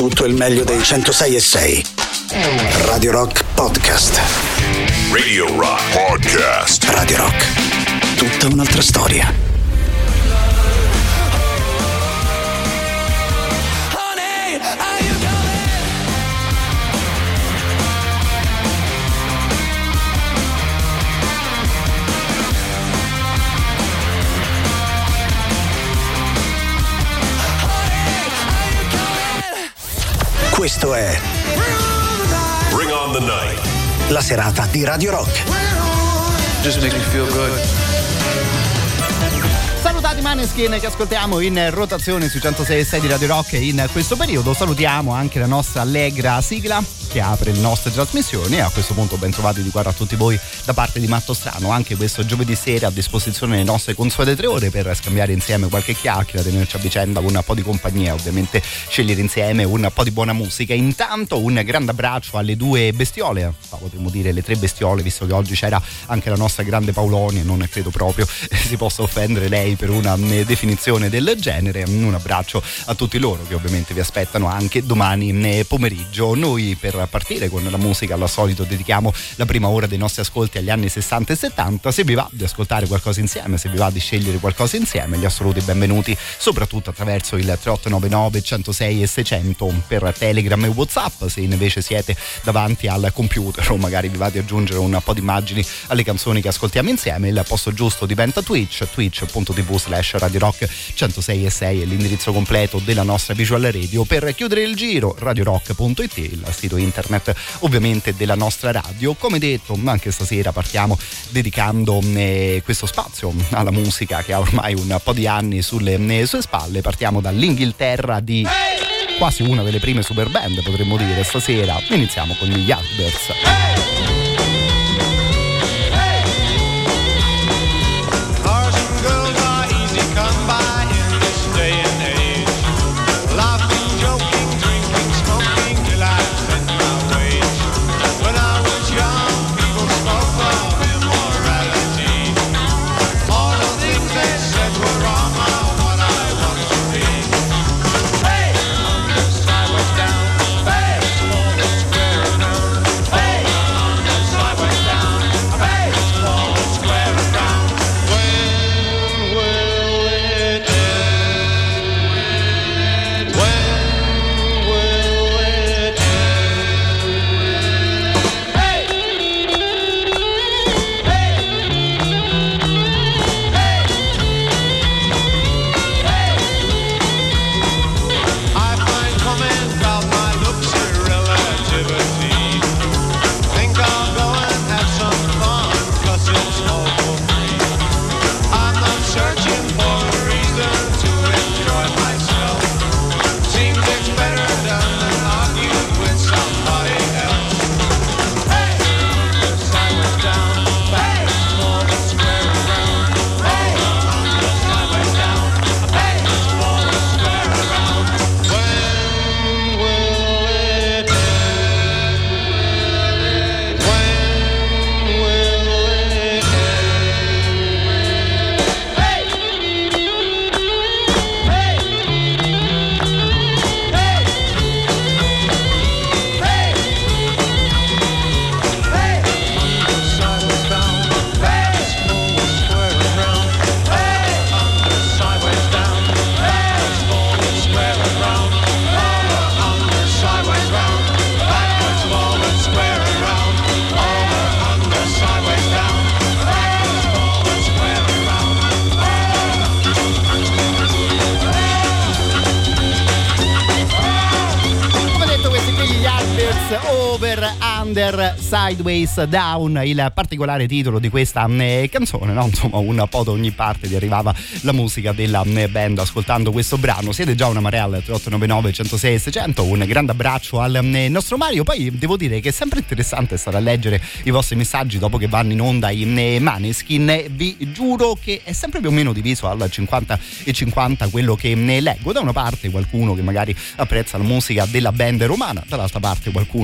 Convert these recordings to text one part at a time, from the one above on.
tutto il meglio dei 106.6. Radio Rock Podcast. Radio Rock Podcast. Radio Rock. Tutta un'altra storia. Questo è Bring on the night. La serata di Radio Rock. Just makes me feel good. Salutati Maneskin che ascoltiamo in rotazione sui 106.6 di Radio Rock in questo periodo. Salutiamo anche la nostra allegra sigla che apre le nostre trasmissioni e a questo punto ben trovati di cuore a tutti voi da parte di Matto Strano. Anche questo giovedì sera a disposizione le nostre consuete 3 ore per scambiare insieme qualche chiacchiera, tenerci a vicenda con un po' di compagnia, ovviamente scegliere insieme un po' di buona musica. Intanto un grande abbraccio alle due bestiole, potremmo dire le 3 bestiole, visto che oggi c'era anche la nostra grande Paoloni e non credo proprio si possa offendere lei per una definizione del genere. Un abbraccio a tutti loro che ovviamente vi aspettano anche domani pomeriggio. Noi per partire con la musica al solito dedichiamo la prima ora dei nostri ascolti agli anni 60 e 70. Se vi va di ascoltare qualcosa insieme, se vi va di scegliere qualcosa insieme, gli assoluti benvenuti soprattutto attraverso il 3899 106 e 600 per Telegram e WhatsApp. Se invece siete davanti al computer o magari vi va di aggiungere un po' di immagini alle canzoni che ascoltiamo insieme, il posto giusto diventa twitch.tv/Radio Rock 106 e 6 è l'indirizzo completo della nostra visual radio. Per chiudere il giro, radiorock.it, il sito internet ovviamente della nostra radio. Come detto, anche stasera partiamo dedicando questo spazio alla musica che ha ormai un po' di anni sulle sue spalle. Partiamo dall'Inghilterra di quasi una delle prime super band, potremmo dire. Stasera iniziamo con gli Yardbirds. Under, Sideways, Down, il particolare titolo di questa canzone, no? Insomma, un po' da ogni parte ti arrivava la musica della band ascoltando questo brano. Siete già una marea al 3899 106 600. Un grande abbraccio al nostro Mario. Poi devo dire che è sempre interessante stare a leggere i vostri messaggi dopo che vanno in onda i Maneskin. Vi giuro che è sempre più o meno diviso al 50 e 50 quello che leggo. Da una parte qualcuno che magari apprezza la musica della band romana, dall'altra parte qualcuno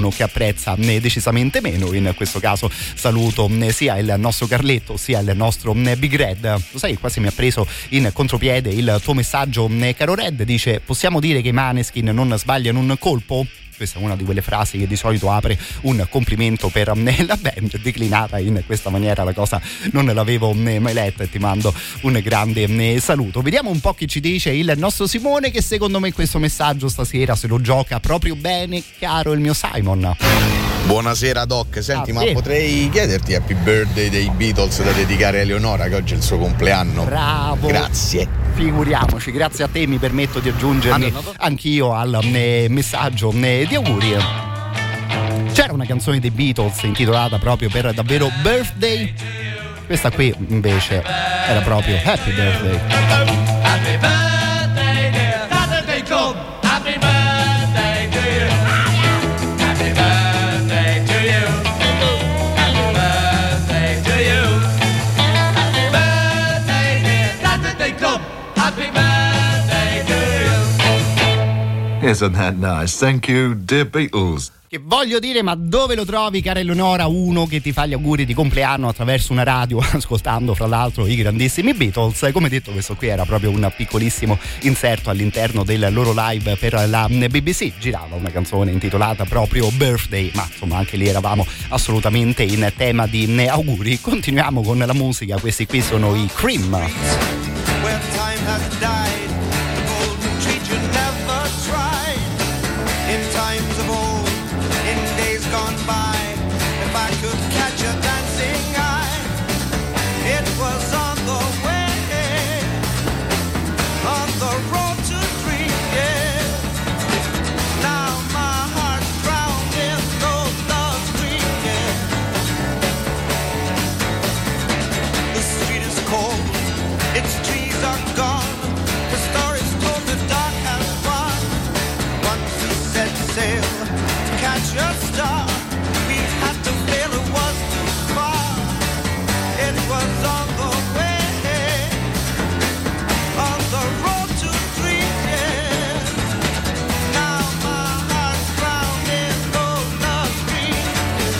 qualcuno che apprezza decisamente meno. In questo caso saluto sia il nostro Carletto sia il nostro Big Red. Lo sai, quasi mi ha preso in contropiede il tuo messaggio, caro Red. Dice: possiamo dire che i Maneskin non sbagliano un colpo? Questa è una di quelle frasi che di solito apre un complimento per la band, declinata in questa maniera la cosa non l'avevo mai letta, e ti mando un grande saluto. Vediamo un po' che ci dice il nostro Simone, che secondo me questo messaggio stasera se lo gioca proprio bene, caro il mio Simon. Buonasera Doc, senti, ma sì, potrei chiederti Happy Birthday dei Beatles da dedicare a Eleonora, che oggi è il suo compleanno? Bravo, grazie. Figuriamoci, grazie a te mi permetto di aggiungermi anch'io al messaggio di auguri. C'era una canzone dei Beatles intitolata proprio per davvero Birthday, questa qui invece era proprio Happy Birthday. Happy birthday dear, Saturday come, happy birthday to you. Happy birthday to you. Happy birthday to you. Happy birthday dear, Saturday come, happy birthday to you. Isn't that nice? Thank you, dear Beatles. Che voglio dire, ma dove lo trovi, cara Eleonora, uno che ti fa gli auguri di compleanno attraverso una radio, ascoltando fra l'altro i grandissimi Beatles? Come detto, questo qui era proprio un piccolissimo inserto all'interno del loro live per la BBC. Girava una canzone intitolata proprio Birthday, ma insomma anche lì eravamo assolutamente in tema di auguri. Continuiamo con la musica, questi qui sono i Cream. Where time has died, the golden treat you never tried. In times of old, in days gone by, if I could catch a dancing eye, it was on the way, on the road to dream, yeah. Now my heart's drowned in those love's dream, yeah. The street is cold, its trees are gone, the story's told, the dark has won. Once we set sail to catch a star, we had to fail, it was too far. It was on the way, on the road to dream, yeah. Now my heart's drowned in those love dreams.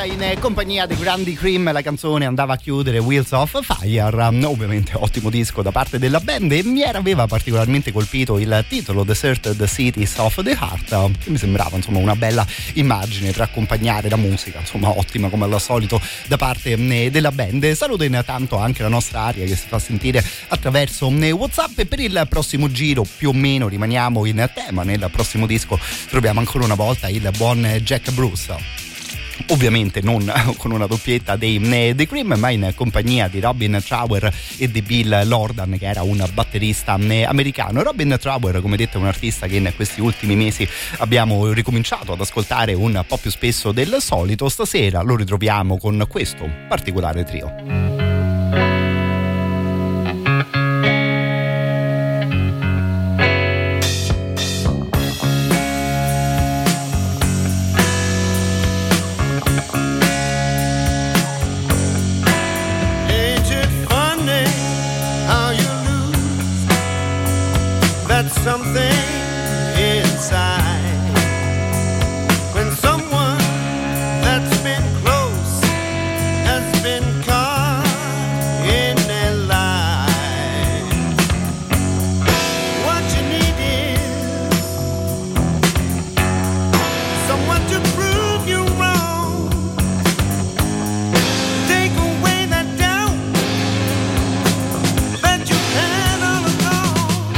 in compagnia dei grandi Cream. La canzone andava a chiudere Wheels of Fire, ovviamente ottimo disco da parte della band, e mi aveva particolarmente colpito il titolo Deserted Cities of the Heart, che mi sembrava insomma una bella immagine per accompagnare la musica, insomma ottima come al solito da parte della band. Saluto intanto anche la nostra Aria che si fa sentire attraverso WhatsApp, e per il prossimo giro più o meno rimaniamo in tema. Nel prossimo disco troviamo ancora una volta il buon Jack Bruce, ovviamente non con una doppietta dei Cream, ma in compagnia di Robin Trower e di Bill Lordan, che era un batterista americano. Robin Trower, come detto, è un artista che in questi ultimi mesi abbiamo ricominciato ad ascoltare un po' più spesso del solito. Stasera lo ritroviamo con questo particolare trio. Something inside when someone that's been close has been caught in their life. What you need is someone to prove you wrong, take away that doubt that you had all along.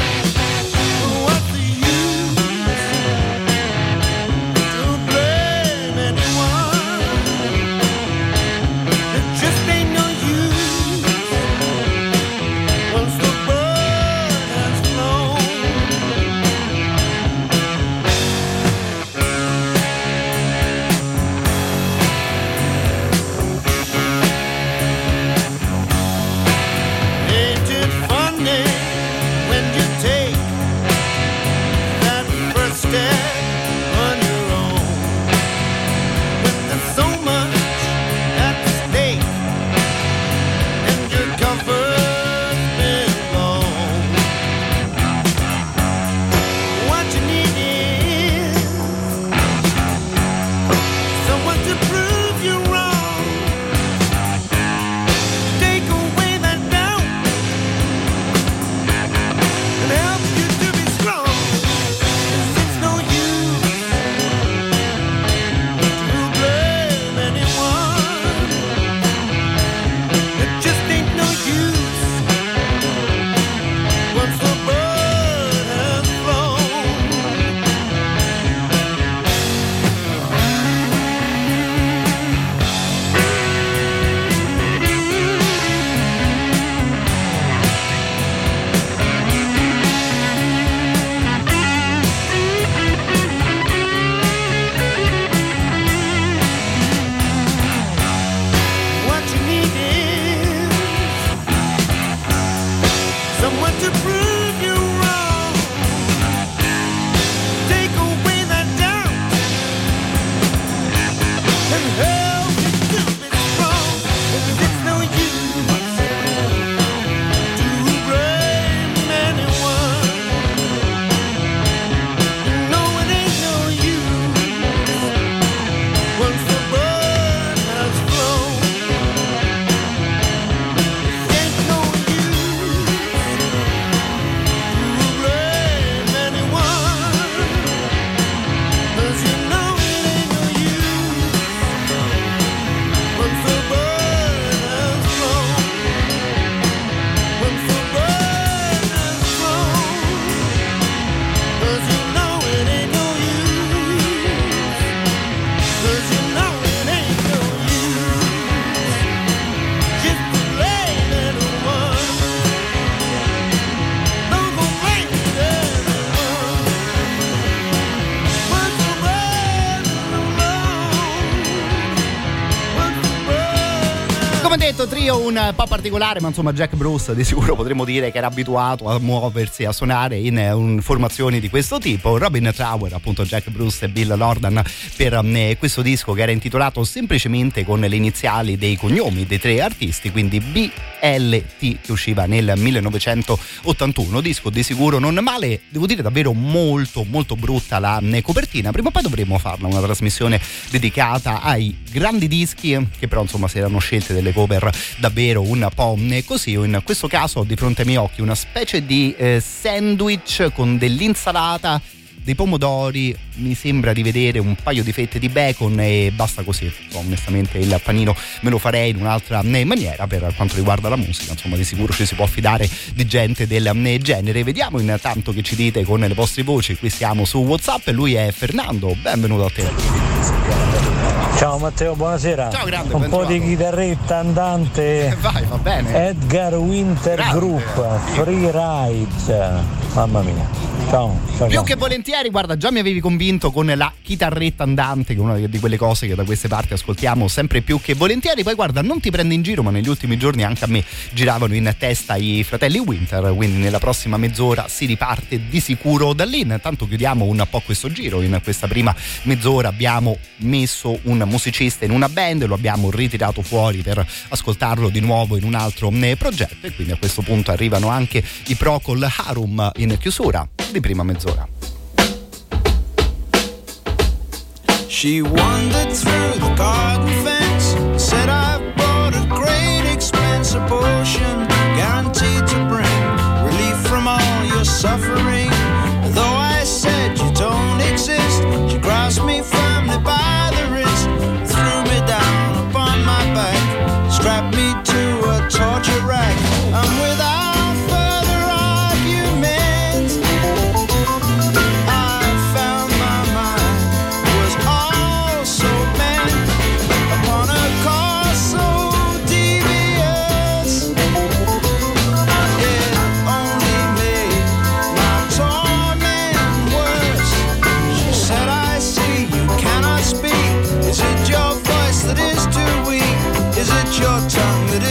Trio un po' particolare, ma insomma Jack Bruce di sicuro potremmo dire che era abituato a muoversi, a suonare in formazioni di questo tipo. Robin Trower, appunto Jack Bruce e Bill Lordan per questo disco che era intitolato semplicemente con le iniziali dei cognomi dei tre artisti, quindi LT, che usciva nel 1981. Disco di sicuro non male, devo dire davvero molto molto brutta la copertina. Prima o poi dovremmo farla una trasmissione dedicata ai grandi dischi, che però insomma si erano scelte delle cover davvero un po' così. In questo caso ho di fronte ai miei occhi una specie di sandwich con dell'insalata, dei pomodori, mi sembra di vedere un paio di fette di bacon e basta così. Onestamente il panino me lo farei in un'altra maniera. Per quanto riguarda la musica, insomma, di sicuro ci si può fidare di gente del genere. Vediamo intanto che ci dite con le vostre voci. Qui siamo su WhatsApp e lui è Fernando, benvenuto a te. Ciao Matteo, buonasera. Ciao grande, un po' di chitarretta andante. Vai, va bene. Edgar Winter grande. Group, Free Ride. Mamma mia. Ciao. Più che volentieri, guarda, già mi avevi convinto con la chitarretta andante, che è una di quelle cose che da queste parti ascoltiamo sempre più che volentieri. Poi guarda, non ti prendo in giro, ma negli ultimi giorni anche a me giravano in testa i fratelli Winter, quindi nella prossima mezz'ora si riparte di sicuro da lì. Intanto chiudiamo un po' questo giro. In questa prima mezz'ora abbiamo messo un musicista in una band, lo abbiamo ritirato fuori per ascoltarlo di nuovo in un altro progetto, e quindi a questo punto arrivano anche i Procol Harum in chiusura di prima mezz'ora. She wandered through the garden fence, said I bought a great expensive potion, guaranteed to bring relief from all your suffering. Though I said you don't exist, she grasped me firmly by the wrist, threw me down upon my back, strapped me to a torture rack, and without further argument, I found my mind was also bent upon a cause so devious. It only made my torment worse. She said, I see you cannot speak. Is it your voice that is too weak? Is it your tongue that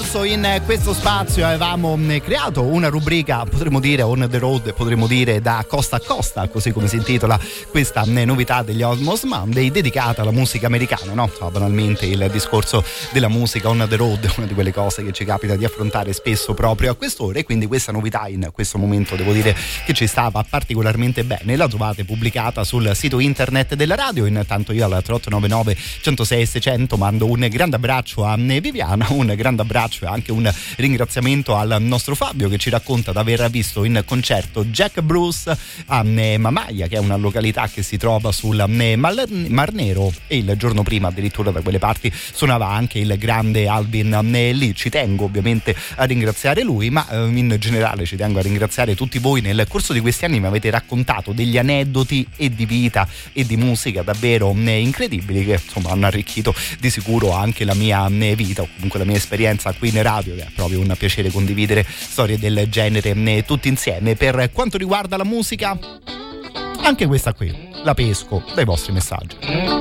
scorso in questo spazio avevamo creato una rubrica, potremmo dire on the road, potremmo dire da costa a costa, così come si intitola questa novità degli Osmos Monday, dedicata alla musica americana, no? Banalmente il discorso della musica on the road, una di quelle cose che ci capita di affrontare spesso proprio a quest'ora, e quindi questa novità in questo momento devo dire che ci stava particolarmente bene. La trovate pubblicata sul sito internet della radio. Intanto io al 3899 106 600 mando un grande abbraccio a Viviana, un grande abbraccio e anche un ringraziamento al nostro Fabio, che ci racconta di aver visto in concerto Jack Bruce a Mamaia, che è una località che si trova sul Mar Nero, e il giorno prima addirittura da quelle parti suonava anche il grande Alvin Lee. Ci tengo ovviamente a ringraziare lui, ma in generale ci tengo a ringraziare tutti voi. Nel corso di questi anni mi avete raccontato degli aneddoti e di vita e di musica davvero incredibili, che insomma hanno arricchito di sicuro anche la mia vita, o comunque la mia esperienza qui in radio, che è proprio un piacere condividere storie del genere tutti insieme. Per quanto riguarda la musica, anche questa qui la pesco dai vostri messaggi.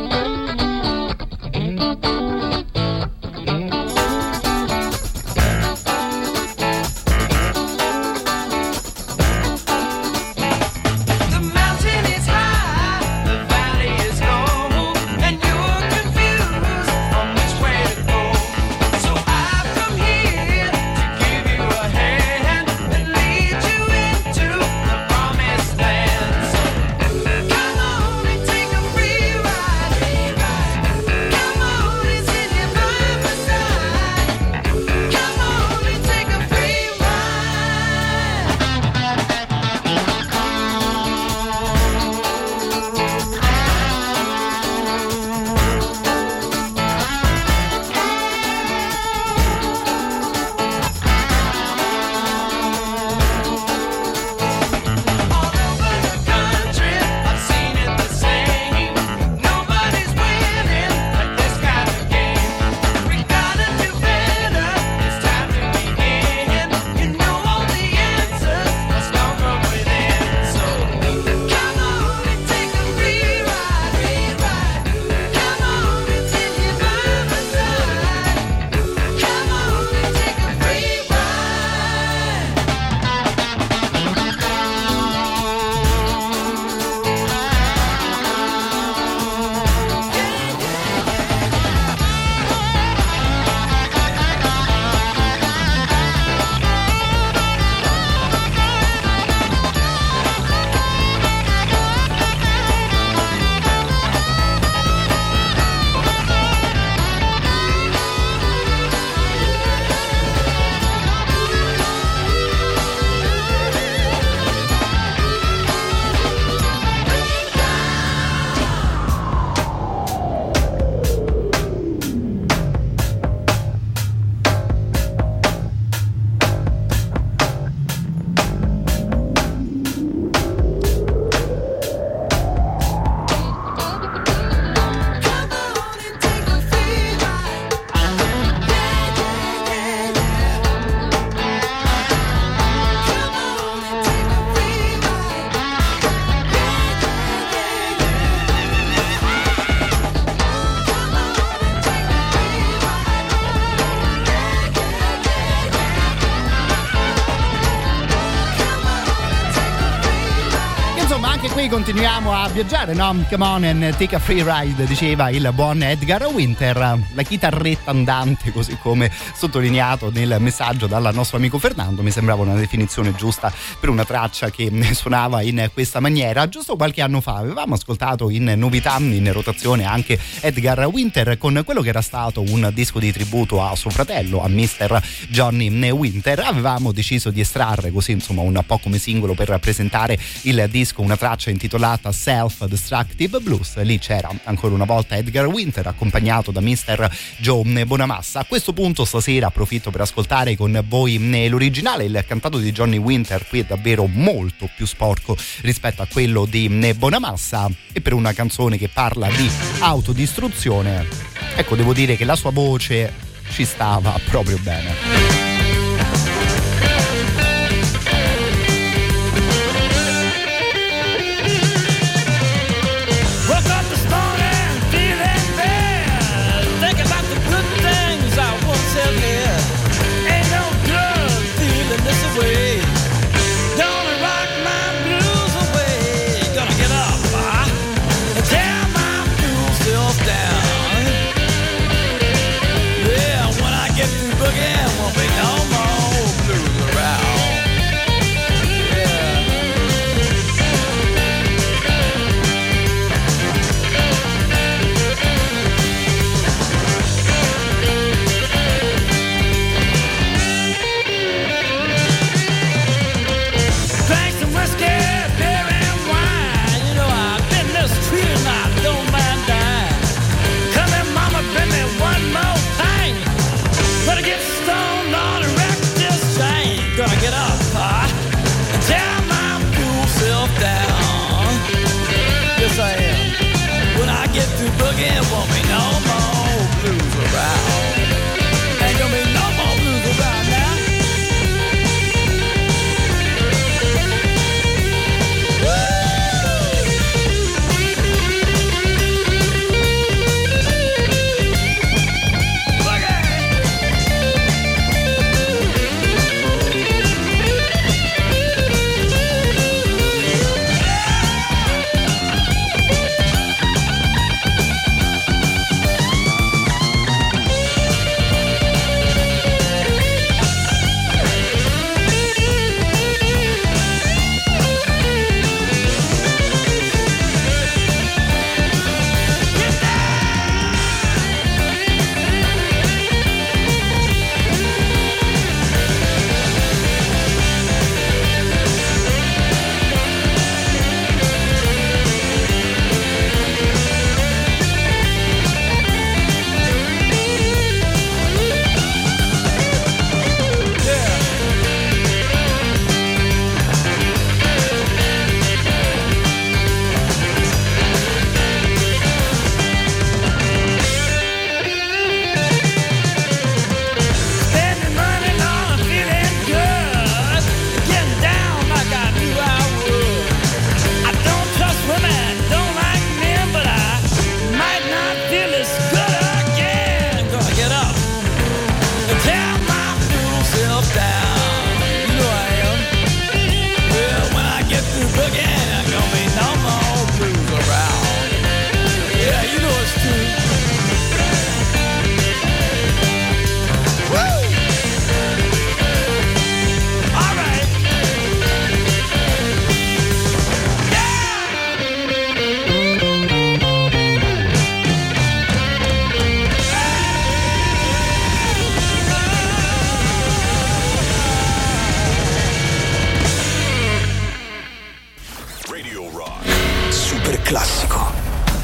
Continuiamo a viaggiare, no? Come on and take a free ride, diceva il buon Edgar Winter, la chitarretta andante, così come sottolineato nel messaggio dal nostro amico Fernando. Mi sembrava una definizione giusta per una traccia che suonava in questa maniera. Giusto qualche anno fa avevamo ascoltato in novità, in rotazione, anche Edgar Winter con quello che era stato un disco di tributo a suo fratello, a Mr. Johnny Winter. Avevamo deciso di estrarre così, insomma, un po' come singolo per presentare il disco, una traccia intitolata Self-Destructive Blues. Lì c'era ancora una volta Edgar Winter accompagnato da Mr. Joe Bonamassa. A questo punto stasera approfitto per ascoltare con voi l'originale. Il cantato di Johnny Winter qui è davvero molto più sporco rispetto a quello di Bonamassa, e per una canzone che parla di autodistruzione, ecco, devo dire che la sua voce ci stava proprio bene. Radio Rock. Super classico.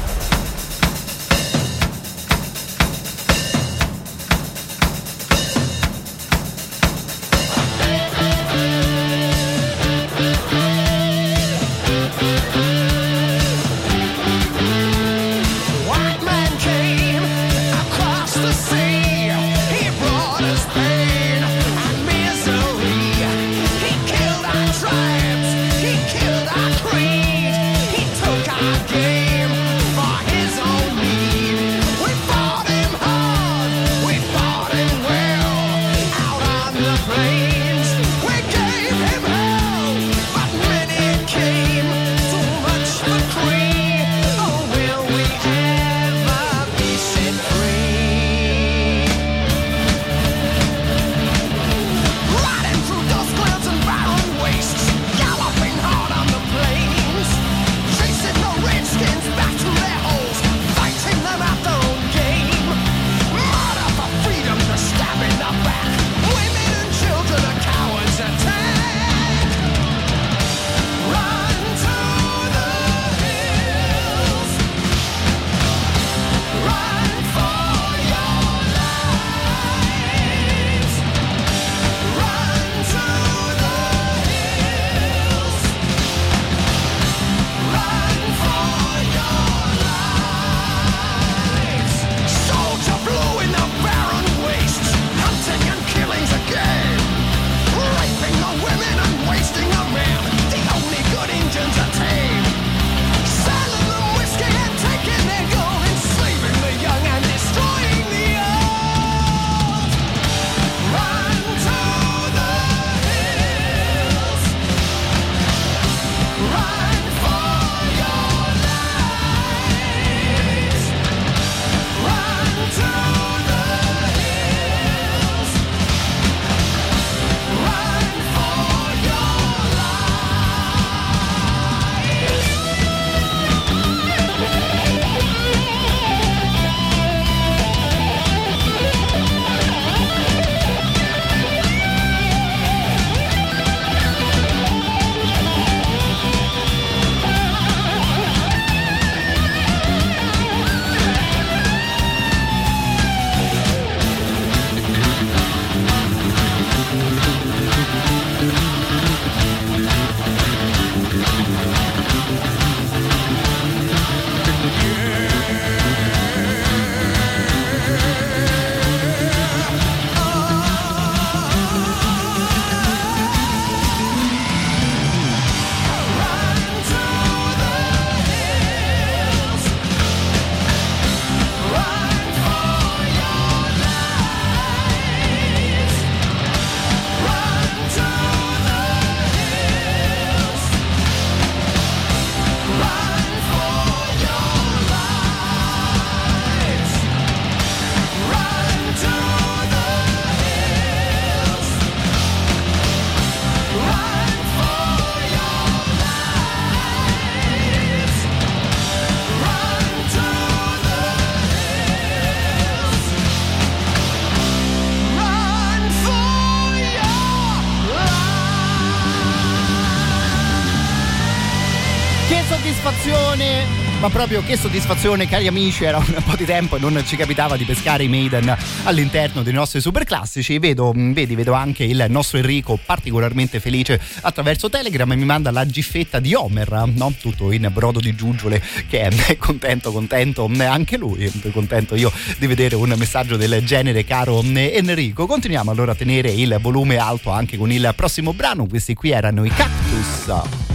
Ma proprio che soddisfazione, cari amici, era un po' di tempo e non ci capitava di pescare i Maiden all'interno dei nostri super classici. Vedo anche il nostro Enrico particolarmente felice attraverso Telegram e mi manda la giffetta di Homer, no? Tutto in brodo di giuggiole, che è contento anche lui, contento io di vedere un messaggio del genere, caro Enrico. Continuiamo allora a tenere il volume alto anche con il prossimo brano. Questi qui erano i Cactus,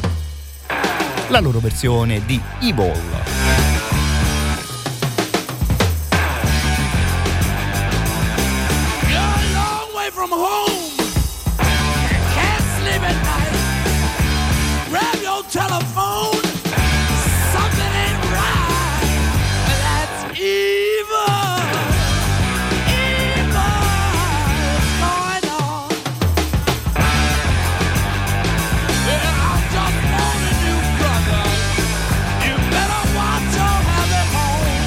la loro versione di Evil. From home, can't sleep at night. Grab your telephone, something ain't right. That's evil, evil is going on. Yeah, I'm just warning you, brother. You better watch your habit home.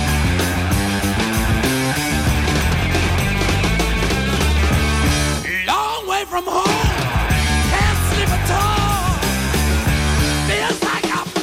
Long way from home, can't sleep at all. Feels like I'm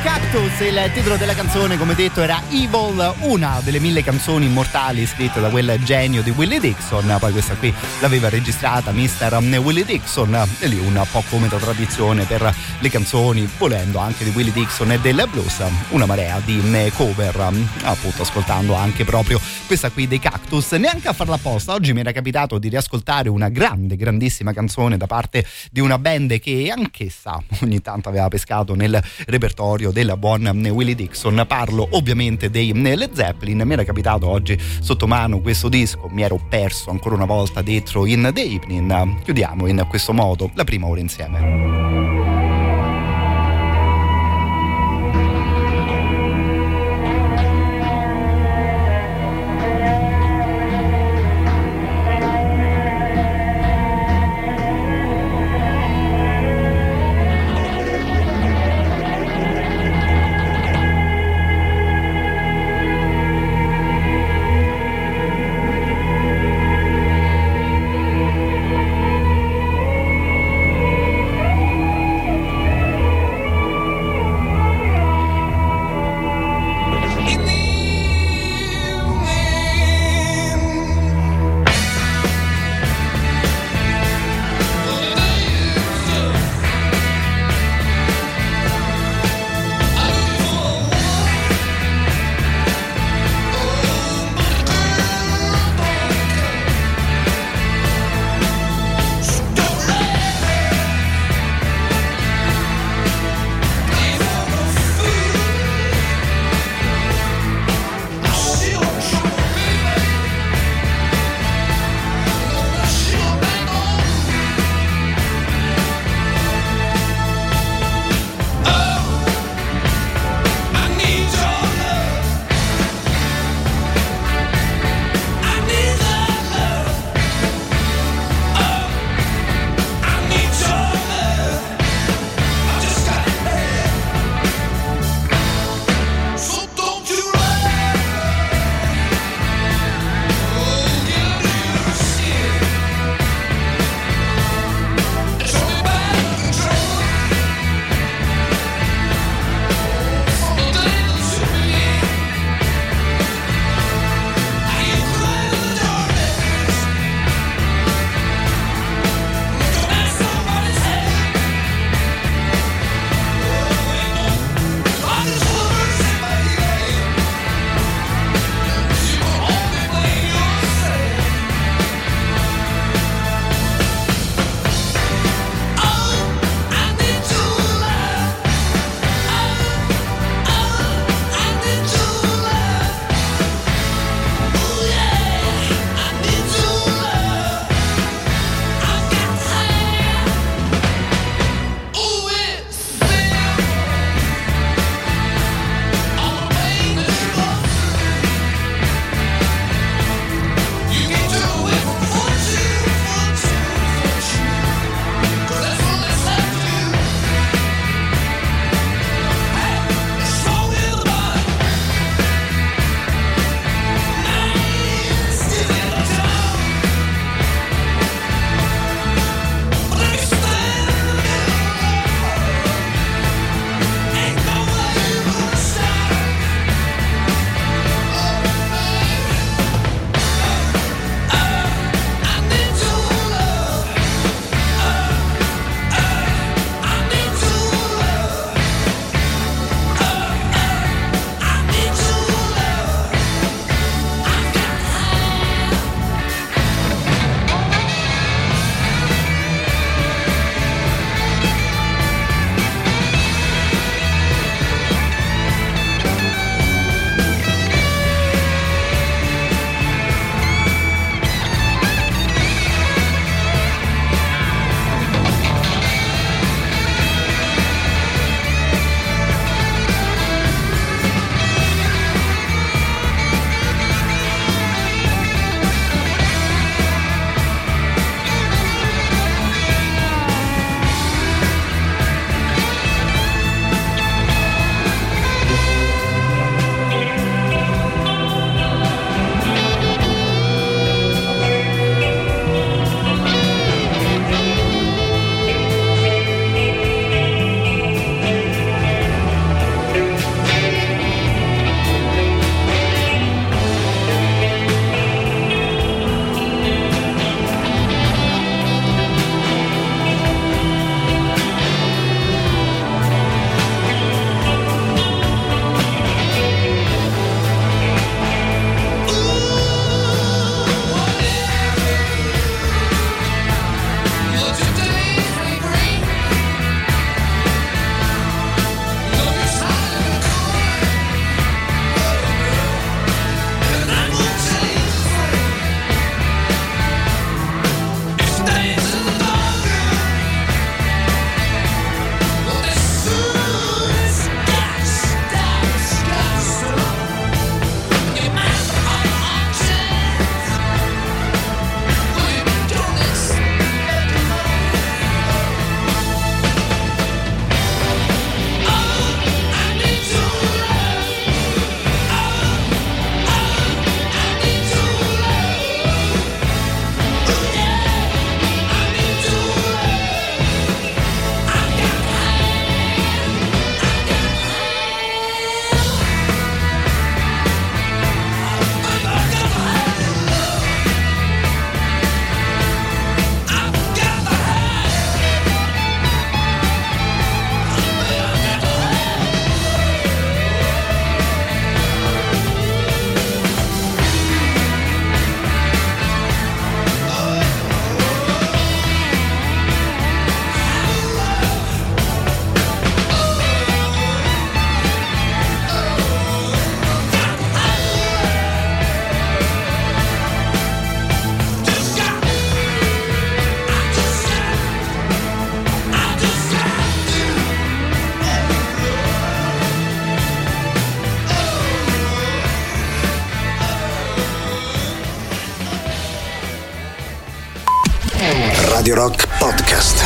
Cactus, il titolo della canzone, come detto, era Evil, una delle 1000 canzoni immortali scritte da quel genio di Willie Dixon. Poi questa qui l'aveva registrata Mr. Willie Dixon, e lì un po' come da tradizione per le canzoni, volendo anche di Willie Dixon e del blues, una marea di cover, appunto ascoltando anche proprio questa qui dei Cactus. Neanche a farla apposta, oggi mi era capitato di riascoltare una grandissima canzone da parte di una band che anch'essa ogni tanto aveva pescato nel repertorio del buon Willie Dixon. Parlo ovviamente dei Led Zeppelin. Mi era capitato oggi sotto mano questo disco, mi ero perso ancora una volta dentro in The Evening. Chiudiamo in questo modo la prima ora insieme. Radio Rock Podcast.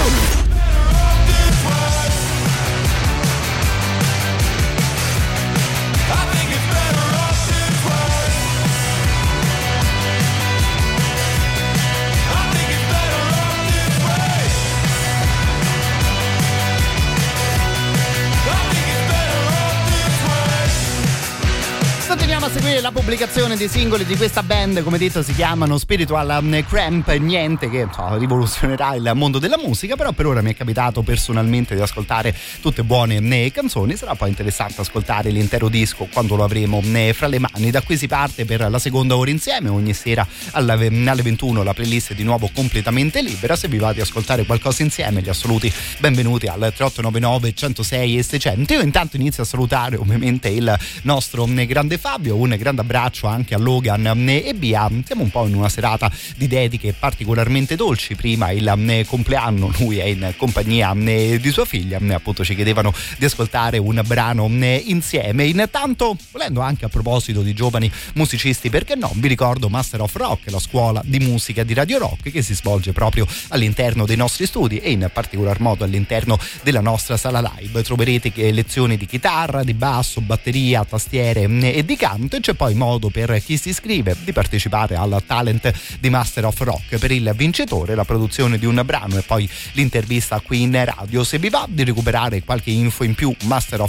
Continuiamo a seguire la pubblicazione dei singoli di questa band, come detto si chiamano Spiritual Cramp, niente che rivoluzionerà il mondo della musica, però per ora mi è capitato personalmente di ascoltare tutte buone canzoni. Sarà poi interessante ascoltare l'intero disco quando lo avremo fra le mani. Da qui si parte per la seconda ora insieme, ogni sera alle 21 la playlist è di nuovo completamente libera. Se vi va di ascoltare qualcosa insieme, gli assoluti benvenuti al 3899 106 e 600. Io intanto inizio a salutare ovviamente il nostro grande Fabio, un grande abbraccio anche a Logan e Bia. Siamo un po' in una serata di dediche particolarmente dolci. Prima il compleanno, lui è in compagnia di sua figlia, appunto ci chiedevano di ascoltare un brano insieme. Intanto, volendo anche a proposito di giovani musicisti, perché no, vi ricordo Master of Rock, la scuola di musica di Radio Rock che si svolge proprio all'interno dei nostri studi e in particolar modo all'interno della nostra sala live. Troverete lezioni di chitarra, di basso, batteria, tastiere e di canto, e c'è poi modo per chi si iscrive di partecipare al talent di Master of Rock. Per il vincitore la produzione di un brano e poi l'intervista qui in radio. Se vi va di recuperare qualche info in più,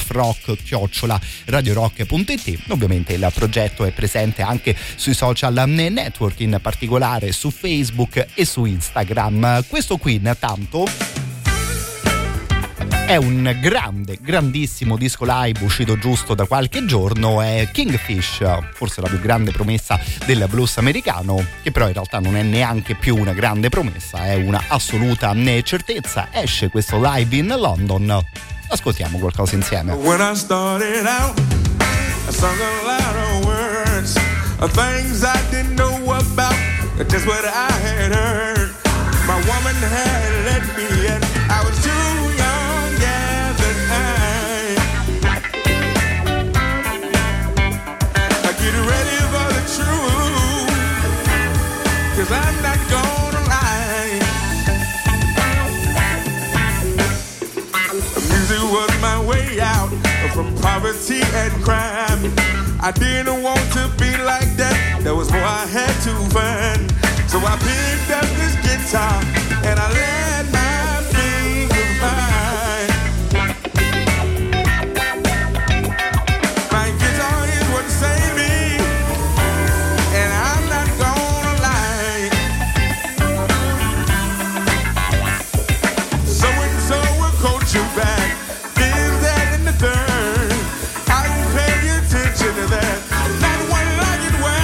masterofrock@radiorock.it. Ovviamente il progetto è presente anche sui social network, in particolare su Facebook e su Instagram. Questo qui intanto è un grandissimo disco live uscito giusto da qualche giorno, è Kingfish, forse la più grande promessa del blues americano, che però in realtà non è neanche più una grande promessa, è una assoluta certezza. Esce questo live in London, ascoltiamo qualcosa insieme. When I started out, I sung a lot of words, of things I didn't know about, just what I had heard. My woman had let me in, I was too young at the time. I get ready for the truth, 'cause I'm not gonna lie. Music was my way out from poverty and crime. I didn't want to be like that, there was more I had to find. So I picked up this guitar and I let my fingers find. My guitar is what saved me, and I'm not gonna lie. So and so will coach you back, this, that, and the third. I didn't pay attention to that, not one like it went.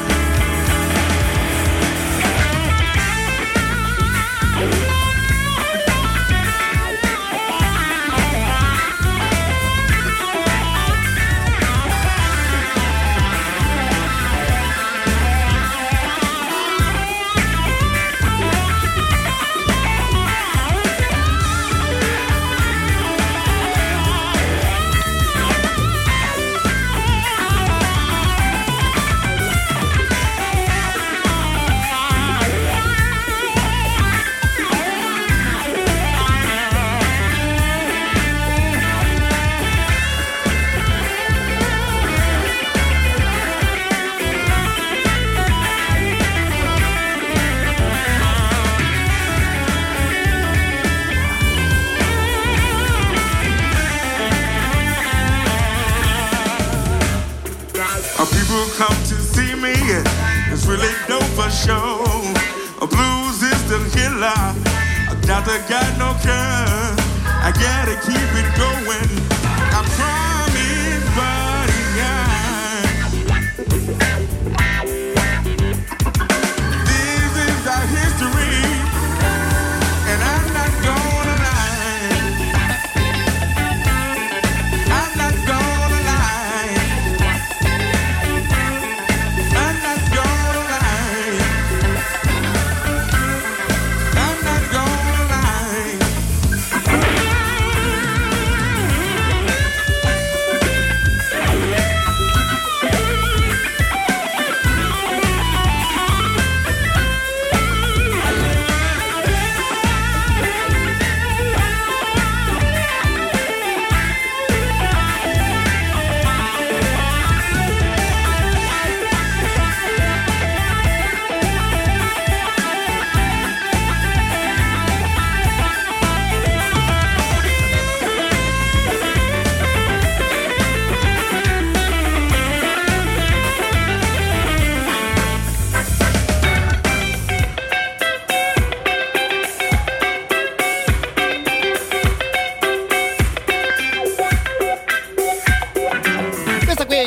People come to see me, it's really dope for sure. Blues is the killer, doctor got no cure. I gotta keep it going, I promise, buddy, this is our history, and I'm not gonna lie. I'm not gonna lie. I'm not gonna lie. I'm not gonna lie.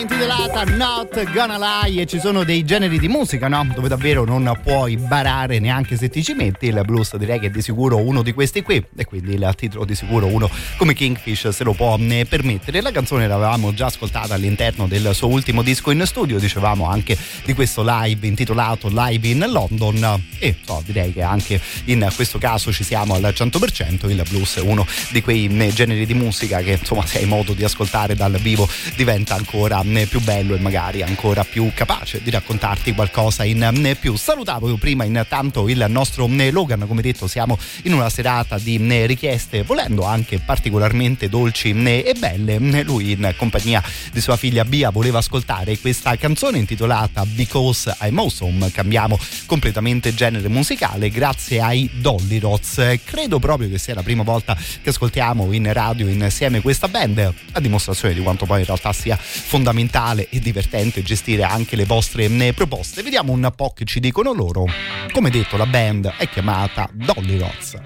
intitolata Not Gonna Lie, e ci sono dei generi di musica, no? Dove davvero non puoi barare neanche se ti ci metti. Il blues direi che è di sicuro uno di questi qui, e quindi il titolo di sicuro uno come Kingfish se lo può permettere. La canzone l'avevamo già ascoltata all'interno del suo ultimo disco in studio, dicevamo anche di questo live intitolato Live in London, e direi che anche in questo caso ci siamo al 100%. Il blues è uno di quei generi di musica che insomma, se hai modo di ascoltare dal vivo, diventa ancora più bello e magari ancora più capace di raccontarti qualcosa in più. Salutavo io prima intanto il nostro Logan, come detto siamo in una serata di richieste, volendo anche particolarmente dolci e belle. Lui in compagnia di sua figlia Bia voleva ascoltare questa canzone intitolata Because I'm Awesome. Cambiamo completamente genere musicale grazie ai Dollyrots. Credo proprio che sia la prima volta che ascoltiamo in radio insieme questa band, a dimostrazione di quanto poi in realtà sia fondamentale e divertente gestire anche le vostre proposte. Vediamo un po' che ci dicono loro. Come detto, la band è chiamata Dollyrots.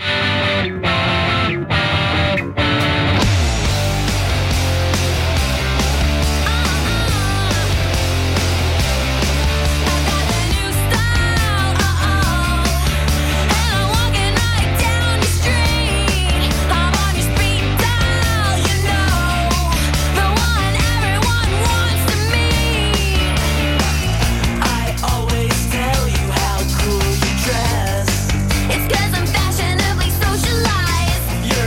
It's 'cause I'm fashionably socialized.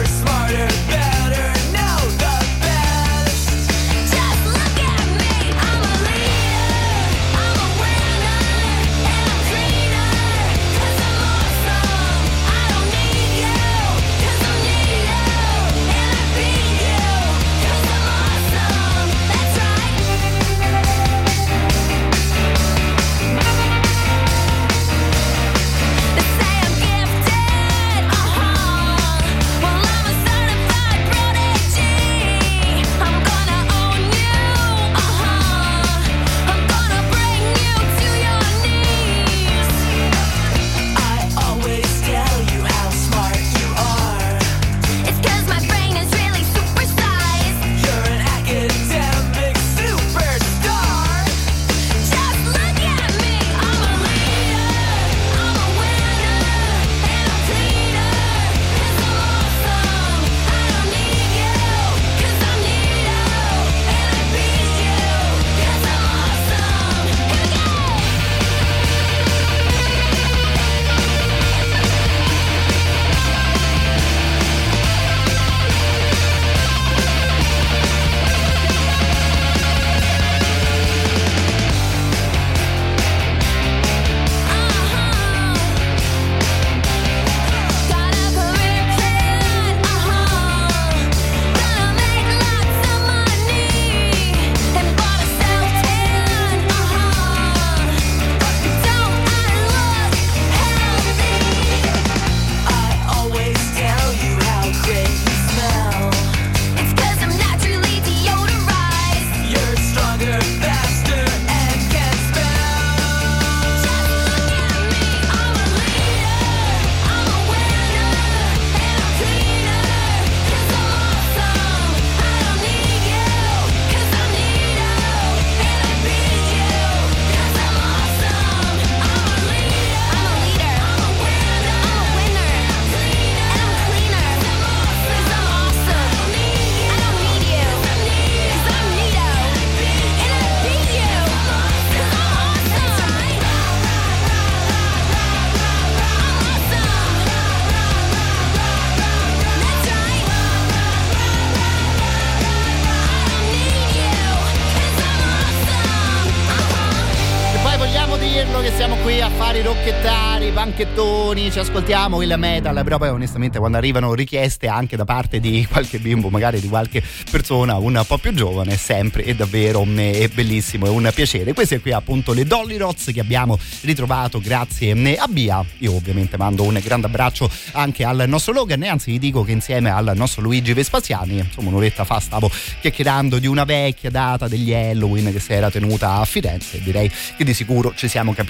che siamo qui a fare i rocchettari, i panchettoni, ci ascoltiamo il metal, però poi onestamente quando arrivano richieste anche da parte di qualche bimbo, magari di qualche persona un po' più giovane, è sempre e davvero è bellissimo, è un piacere. Queste qui appunto le Dollyrots che abbiamo ritrovato grazie a Bia. Io ovviamente mando un grande abbraccio anche al nostro Logan, e anzi vi dico che insieme al nostro Luigi Vespasiani, insomma un'oretta fa stavo chiacchierando di una vecchia data degli Halloween che si era tenuta a Firenze, e direi che di sicuro ci siamo capiti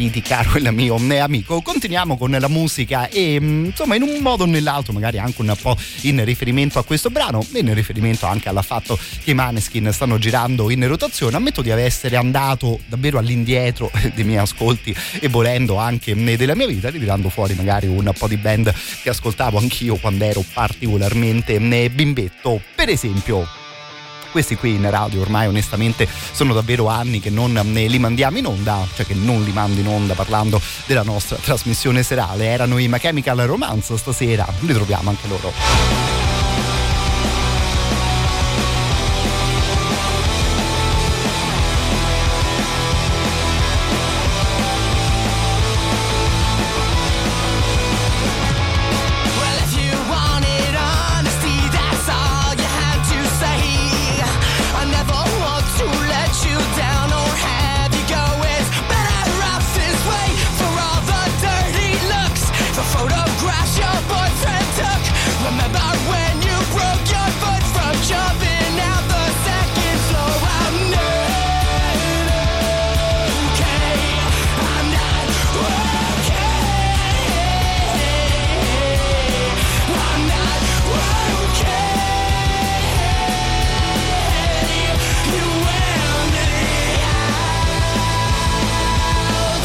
ripeti, caro il mio amico. Continuiamo con la musica e insomma in un modo o nell'altro, magari anche un po' in riferimento a questo brano e in riferimento anche al fatto che i Maneskin stanno girando in rotazione. Ammetto di essere andato davvero all'indietro dei miei ascolti e volendo anche della mia vita, ritirando fuori magari un po' di band che ascoltavo anch'io quando ero particolarmente bimbetto. Per esempio questi qui in radio ormai onestamente sono davvero anni che non li mandiamo in onda, cioè che non li mando in onda parlando della nostra trasmissione serale. Erano i My Chemical Romance, stasera li troviamo anche loro. Photographs your boyfriend took. Remember when you broke your foot from jumping out the second floor? I'm not okay. I'm not okay. I'm not okay. You wear me out.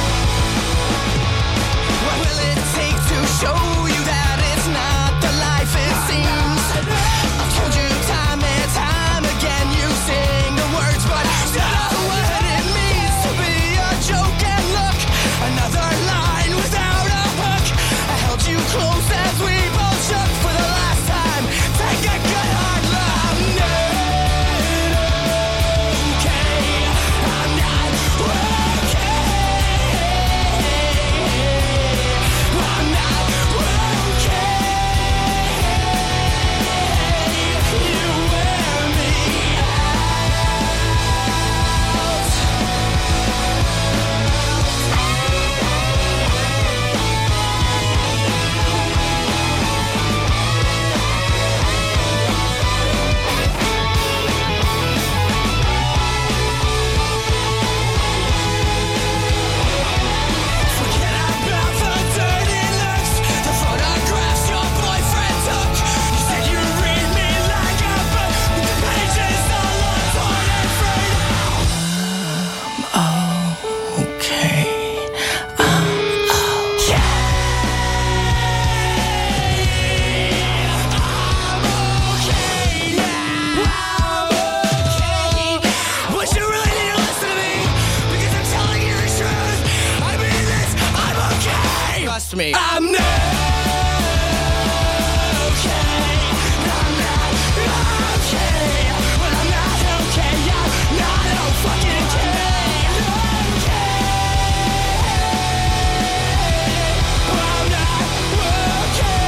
What will it take to show you that it's not the life it seems? I've told you time and time again, you sing the words, but you know what it means to be a joke. And look, another line without a hook. I held you close as we both shook for the last time. Take a good hard look. I'm not okay. I'm not okay. I'm not okay. You wear me out. Forget about the dirty looks, the photographs your boyfriend took. You said you'd read me like a book, with the pages all torn and frayed. I'm okay. I'm okay. I'm okay. But you really need to listen to me, because I'm telling you the truth. I mean this, I'm okay. Trust me. I'm not okay. I'm not okay. Well, I'm not okay. I'm not fucking okay. I'm not okay.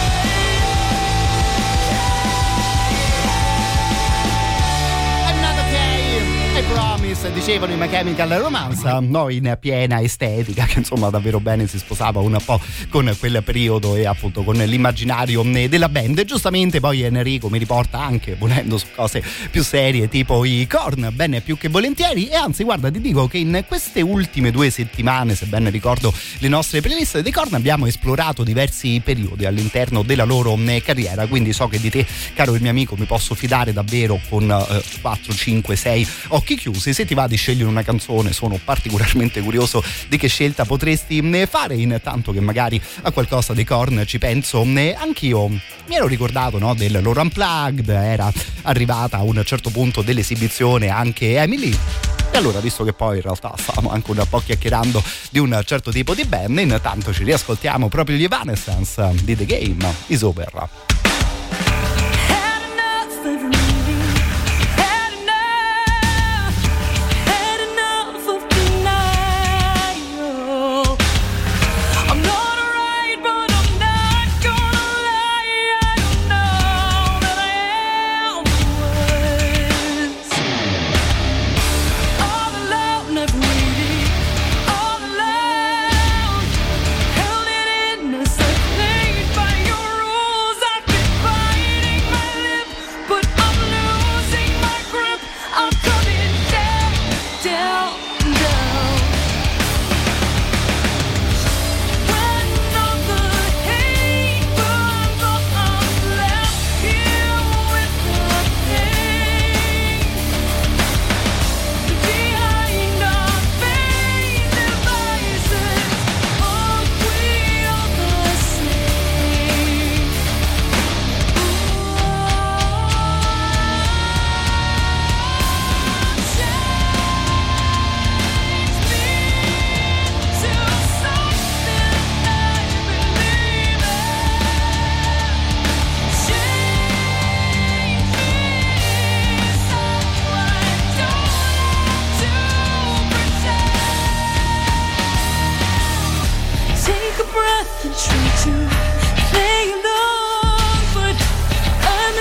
I'm not okay, I promise, dicevano i My Chemical Romance, no, in piena estetica, che insomma davvero bene si sposava un po' con quel periodo e appunto con l'immaginario della band. E giustamente poi Enrico mi riporta anche, volendo, su cose più serie tipo i Korn, bene più che volentieri. E anzi guarda, ti dico che in queste ultime 2 settimane, se ben ricordo le nostre playlist dei Korn, abbiamo esplorato diversi periodi all'interno della loro carriera, quindi so che di te, caro il mio amico, mi posso fidare davvero con 4, 5, 6 occhi chiusi. Se ti va di scegliere una canzone, sono particolarmente curioso di che scelta potresti fare, intanto che magari a qualcosa dei Korn ci penso anch'io. Mi ero ricordato, no, del loro Unplugged, era arrivata a un certo punto dell'esibizione anche Emily. E allora, visto che poi in realtà stavamo anche un po' chiacchierando di un certo tipo di band, intanto ci riascoltiamo proprio gli Evanescence di The Game Is Over. Held it in a safe place by your rules. I've been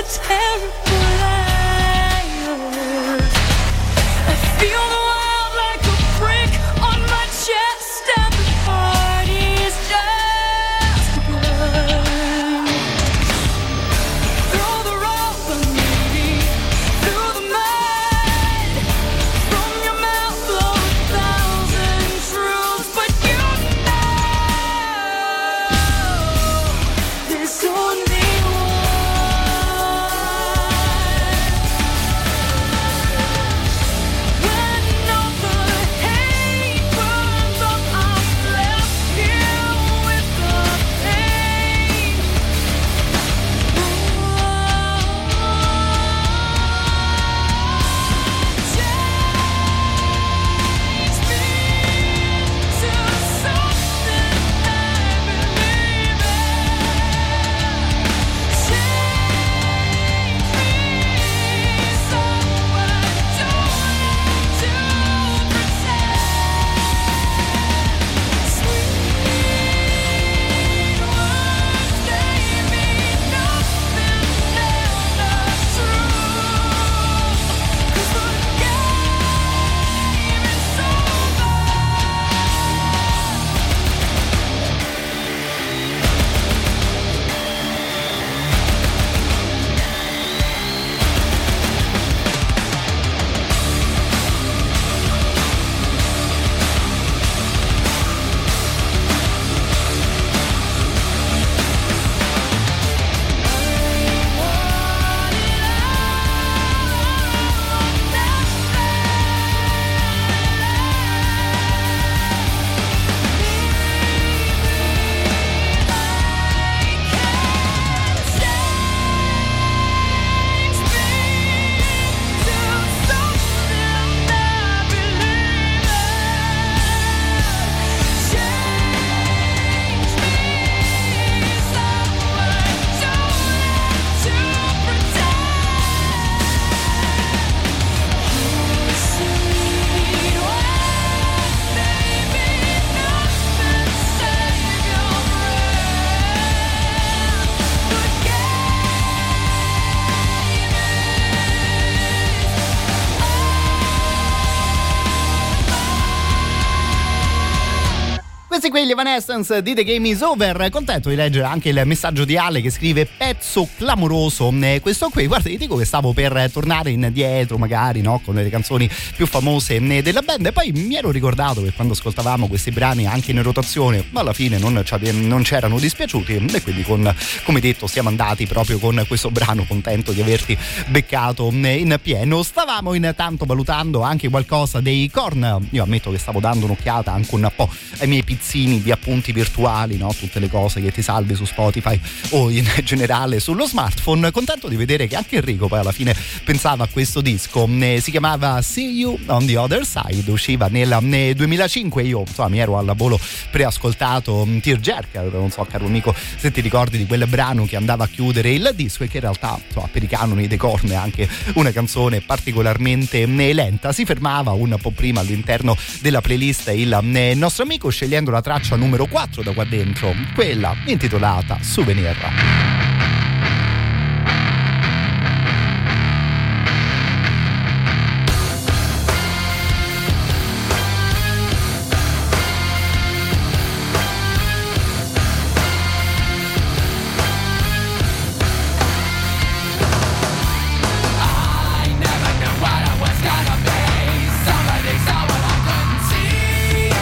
Questi qui gli Evanescence di The Game Is Over. Contento di leggere anche il messaggio di Ale che scrive: pezzo clamoroso questo qui. Guarda, ti dico che stavo per tornare indietro magari, no, con le canzoni più famose della band, e poi mi ero ricordato che quando ascoltavamo questi brani anche in rotazione, ma alla fine non c'erano dispiaciuti, e quindi come detto siamo andati proprio con questo brano. Contento di averti beccato in pieno. Stavamo intanto valutando anche qualcosa dei Korn. Io ammetto che stavo dando un'occhiata anche un po' ai miei pizzini di appunti virtuali, no? Tutte le cose che ti salvi su Spotify o in generale sullo smartphone. Contento di vedere che anche Enrico poi alla fine pensava a questo disco. Si chiamava See You on the Other Side, usciva nel 2005. Io insomma mi ero al volo preascoltato Tearjerker, non so caro amico se ti ricordi di quel brano che andava a chiudere il disco e che in realtà insomma, per i canoni dei Korn è anche una canzone particolarmente lenta. Si fermava un po' prima all'interno della playlist il nostro amico, scegliendo la traccia numero 4 da qua dentro, quella intitolata Souvenir.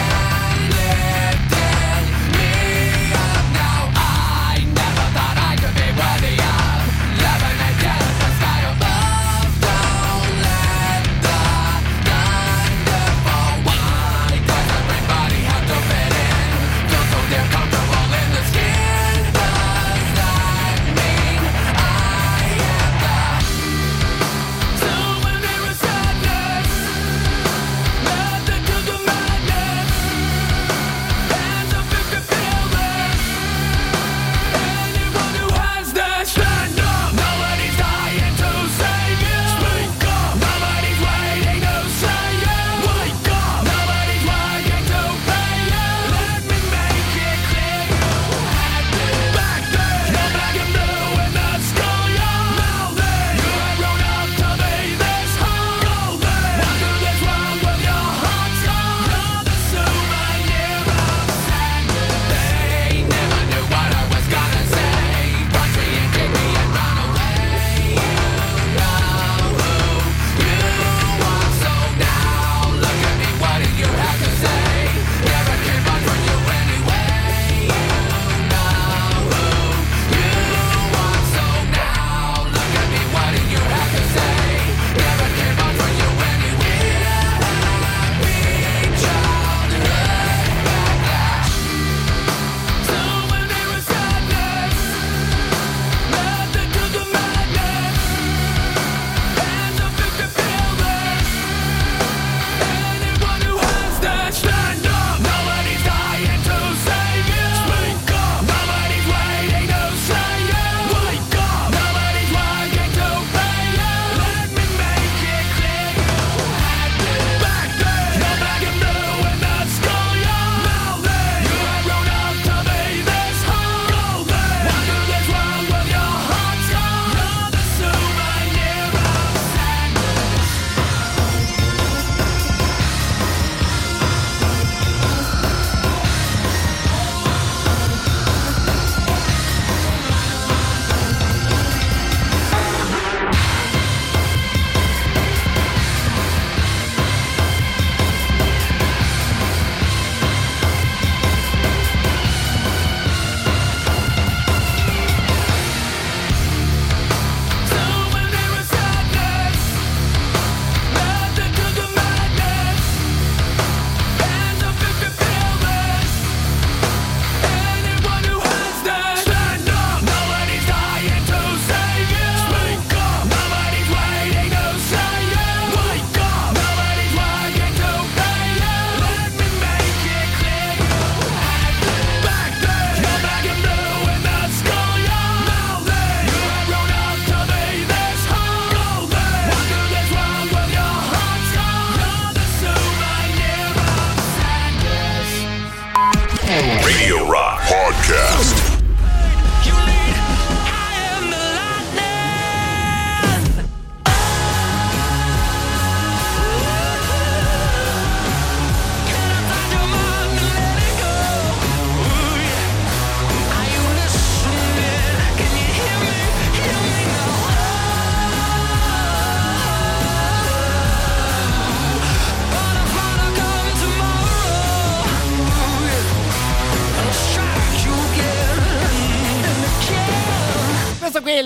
I never thought I could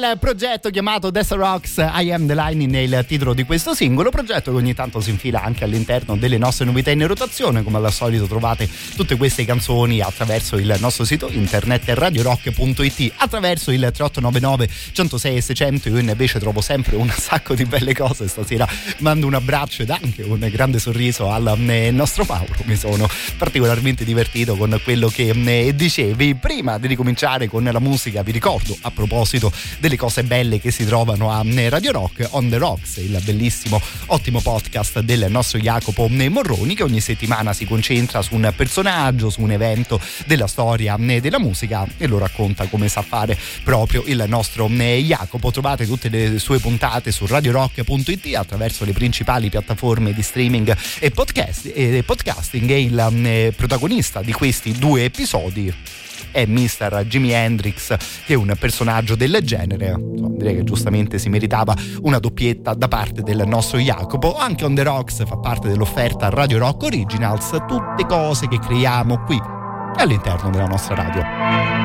del progetto chiamato Death Rocks I Am The Lightning è il titolo di questo singolo, progetto che ogni tanto si infila anche all'interno delle nostre novità in rotazione. Come al solito trovate tutte queste canzoni attraverso il nostro sito internet radiorock.it, attraverso il 3899 106 e 600. Io invece trovo sempre un sacco di belle cose. Stasera mando un abbraccio ed anche un grande sorriso al nostro Mauro. Mi sono particolarmente divertito con quello che dicevi. Prima di ricominciare con la musica vi ricordo, a proposito delle cose belle che si trovano a Radio Rock, On The Rocks, il bellissimo, ottimo podcast del nostro Jacopo Morroni, che ogni settimana si concentra su un personaggio, su un evento della storia della musica e lo racconta come sa fare proprio il nostro Jacopo. Trovate tutte le sue puntate su radiorock.it attraverso le principali piattaforme di streaming e podcasting, e il protagonista di questi due episodi è Mr. Jimi Hendrix, che è un personaggio del genere. Direi che giustamente si meritava una doppietta da parte del nostro Jacopo. Anche On The Rocks fa parte dell'offerta Radio Rock Originals, tutte cose che creiamo qui all'interno della nostra radio.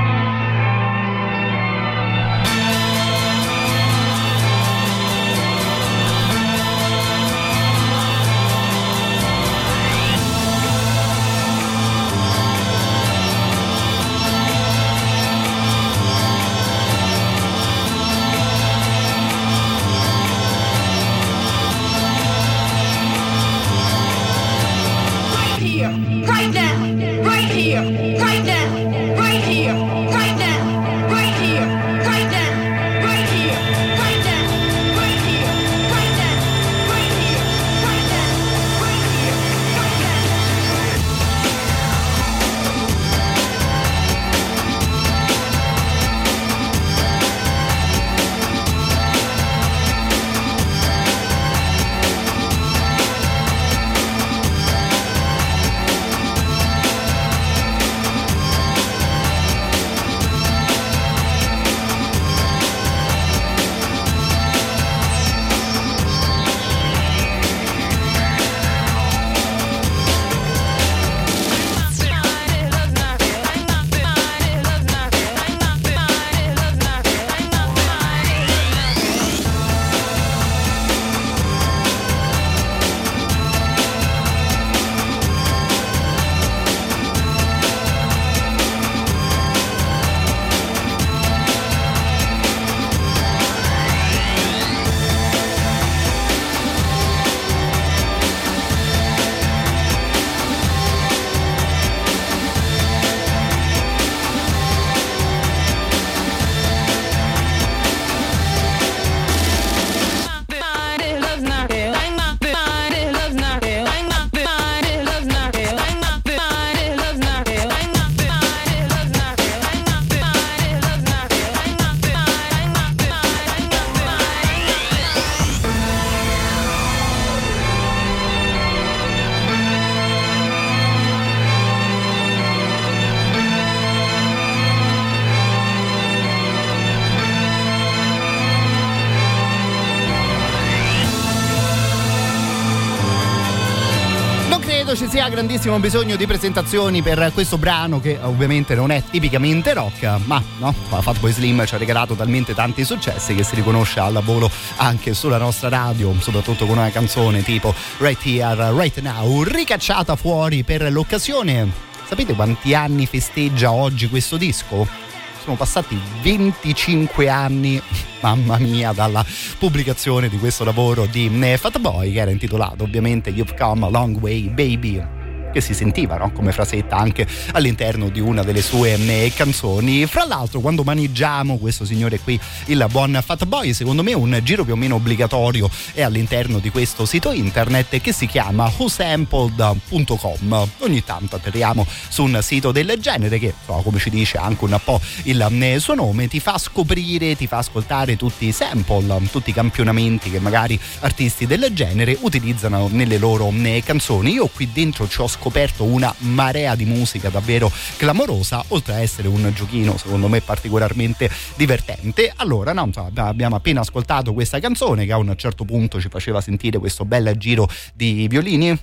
Right now, right here, right now, right here, right now, right here, right now, right here, right now, right here, right now, right here, right now, right here, right Ci sia grandissimo bisogno di presentazioni per questo brano, che ovviamente non è tipicamente rock, ma no, Fatboy Slim ci ha regalato talmente tanti successi che si riconosce al volo anche sulla nostra radio, soprattutto con una canzone tipo Right Here, Right Now, ricacciata fuori per l'occasione. Sapete quanti anni festeggia oggi questo disco? Sono passati 25 anni, mamma mia, dalla pubblicazione di questo lavoro di Fatboy, che era intitolato ovviamente You've Come a Long Way Baby, che si sentiva, no? Come frasetta anche all'interno di una delle sue canzoni. Fra l'altro, quando maneggiamo questo signore qui, il buon Fatboy, secondo me un giro più o meno obbligatorio è all'interno di questo sito internet che si chiama whosampled.com. Ogni tanto atterriamo su un sito del genere che, come ci dice anche un po' il suo nome, ti fa scoprire, ti fa ascoltare tutti i sample, tutti i campionamenti che magari artisti del genere utilizzano nelle loro canzoni. Io qui dentro ci ho scoperto una marea di musica davvero clamorosa, oltre a essere un giochino secondo me particolarmente divertente. Allora, no, abbiamo appena ascoltato questa canzone che a un certo punto ci faceva sentire questo bel giro di violini.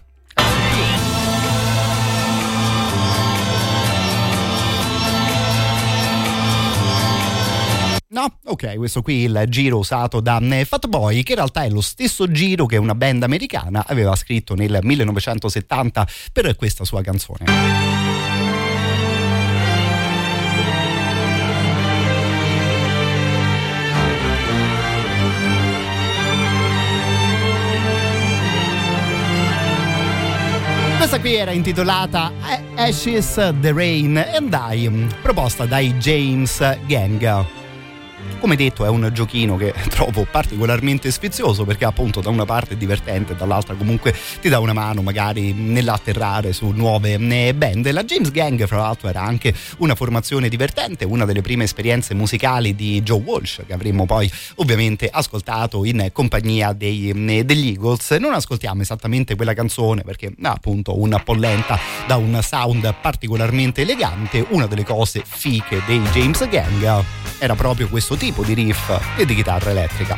No? Ok, questo qui è il giro usato da Fatboy, che in realtà è lo stesso giro che una band americana aveva scritto nel 1970 per questa sua canzone. Questa qui era intitolata Ashes, The Rain and I, proposta dai James Gang. Come detto, è un giochino che trovo particolarmente sfizioso, perché appunto da una parte è divertente, dall'altra comunque ti dà una mano magari nell'atterrare su nuove band. La James Gang, fra l'altro, era anche una formazione divertente, una delle prime esperienze musicali di Joe Walsh, che avremmo poi ovviamente ascoltato in compagnia degli Eagles. Non ascoltiamo esattamente quella canzone perché appunto un po' lenta, da un sound particolarmente elegante. Una delle cose fiche dei James Gang era proprio questo tipo di riff e di chitarra elettrica.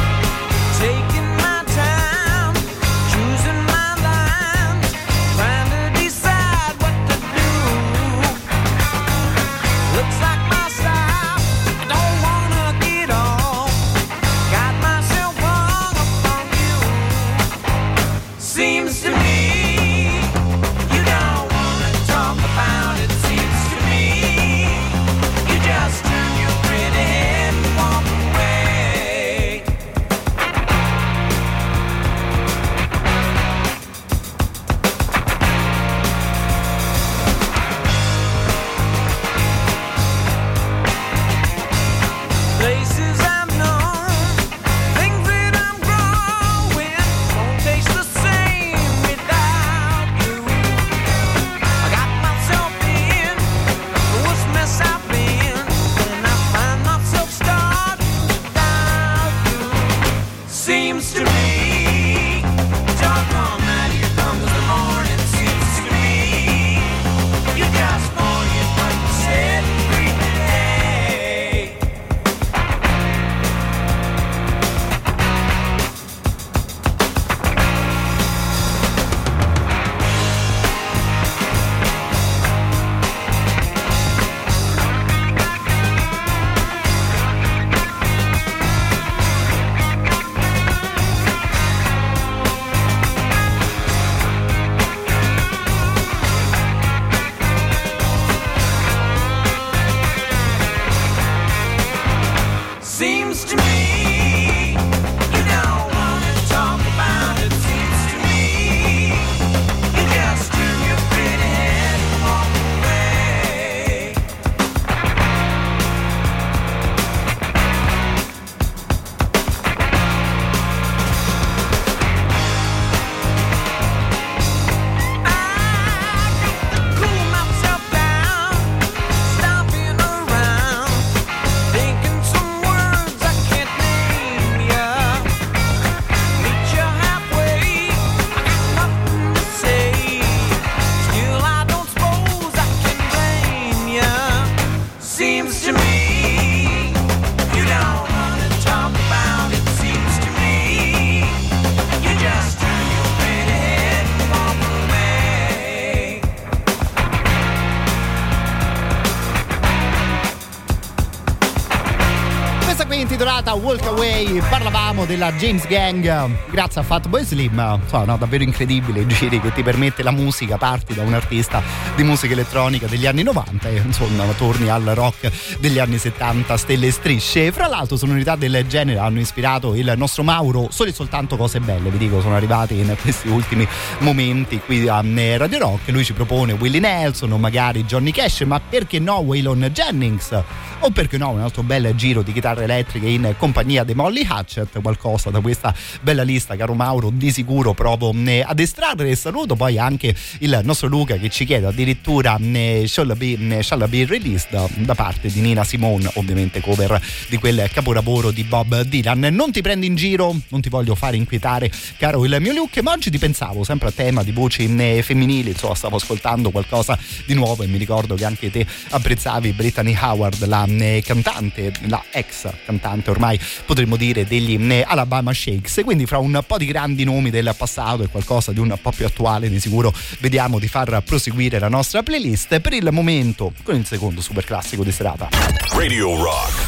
Intitolata Walk Away, parlavamo della James Gang grazie a Fatboy Slim. No, davvero incredibile i giri che ti permette la musica. Parti da un artista di musica elettronica degli anni 90 e insomma torni al rock degli anni 70, stelle e strisce. Fra l'altro sonorità del genere hanno ispirato il nostro Mauro solo e soltanto cose belle, vi dico, sono arrivati in questi ultimi momenti qui a Radio Rock. Lui ci propone Willie Nelson o magari Johnny Cash, ma perché no Waylon Jennings, o perché no un altro bel giro di chitarre elettriche in compagnia dei Molly Hatchet. Qualcosa da questa bella lista, caro Mauro, di sicuro provo ad estrarre. E saluto poi anche il nostro Luca che ci chiede addirittura Shall Be Released da parte di Nina Simone, ovviamente cover di quel capolavoro di Bob Dylan. Non ti prendi in giro, non ti voglio fare inquietare, caro il mio Luke, ma oggi ti pensavo sempre a tema di voci femminili. Insomma, stavo ascoltando qualcosa di nuovo e mi ricordo che anche te apprezzavi Brittany Howard, la cantante, la ex cantante ormai potremmo dire degli Alabama Shakes. Quindi fra un po' di grandi nomi del passato e qualcosa di un po' più attuale di sicuro vediamo di far proseguire la nostra playlist. Per il momento con il secondo super classico di serata. Radio Rock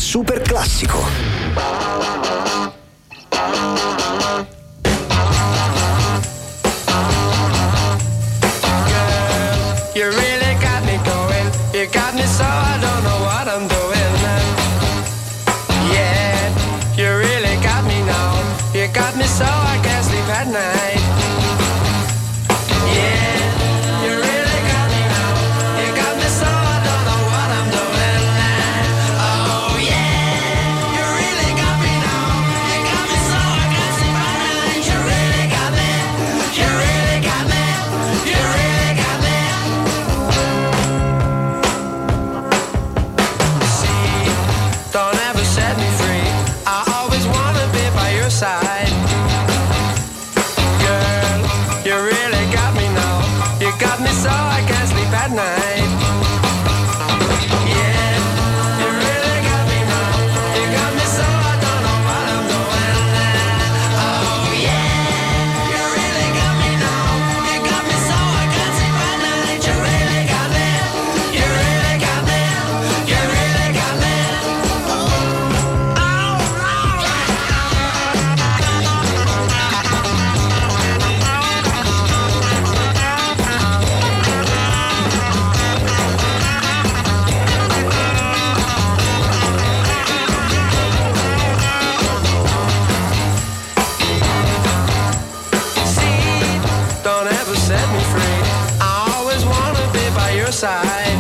super classico. You really got me going. You got me so I don't know what I'm doing. Yeah, you really got me now. You got me so I can't sleep at night. Yeah, you really got me now. You got me so I don't know what I'm doing. Oh yeah, you really got me now. You got me so I can't sleep at night. You really got me. You really got me. You really got me. Don't ever set me free. I always wanna be by your side. Girl, you really got me now. You got me so I can't sleep at night. Yeah, you really got me now. You got me so I don't know what I'm doing. Oh yeah, you really got me now. You got me so I can't sleep at night. You really got me. You really got me. You really got me. Don't ever set me free. I always wanna be by your side.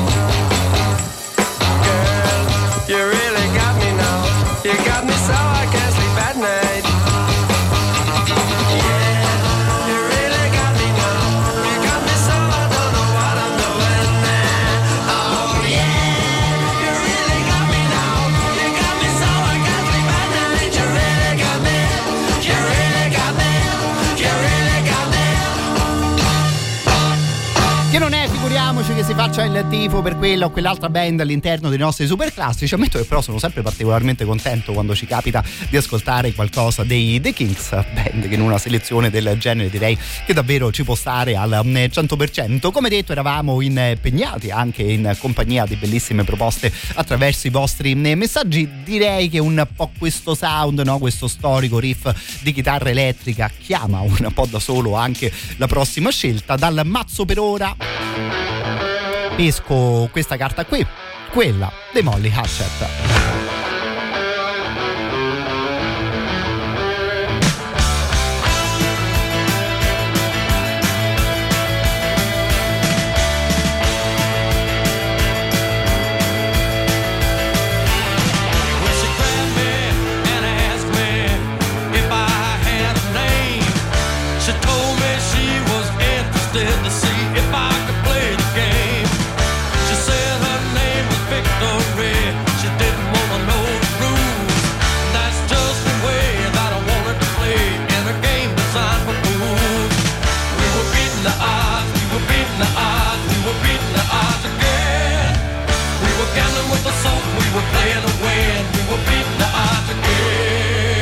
Girl, you really got me now. You got me so I can't sleep at night. Yeah, you really got me now. You got me so I don't know what I'm doing. Oh yeah, you really got me now. You got me so I can't sleep at night. You really got me. You really got me. You really got me. Che non è, figuriamoci, che si faccia il tifo per quella o quell'altra band all'interno dei nostri super classici. Ammetto che però sono sempre particolarmente contento quando ci capita di ascoltare qualcosa dei The Kinks, band che in una selezione del genere direi che davvero ci può stare al 100%. Come detto, eravamo impegnati anche in compagnia di bellissime proposte attraverso i vostri messaggi. Direi che un po' questo sound, no? Questo storico riff di chitarra elettrica chiama un po' da solo anche la prossima scelta. Dal mazzo per ora pesco questa carta qui, quella dei Molly Hatchet. To see if I could play the game. She said her name was Victory. She didn't wanna know the rules. That's just the way that I wanted to play in a game designed for fools. We were beating the odds, we were beating the odds, we were beating the odds again. We were gambling with the soul, we were playing to win. We were beating the odds again.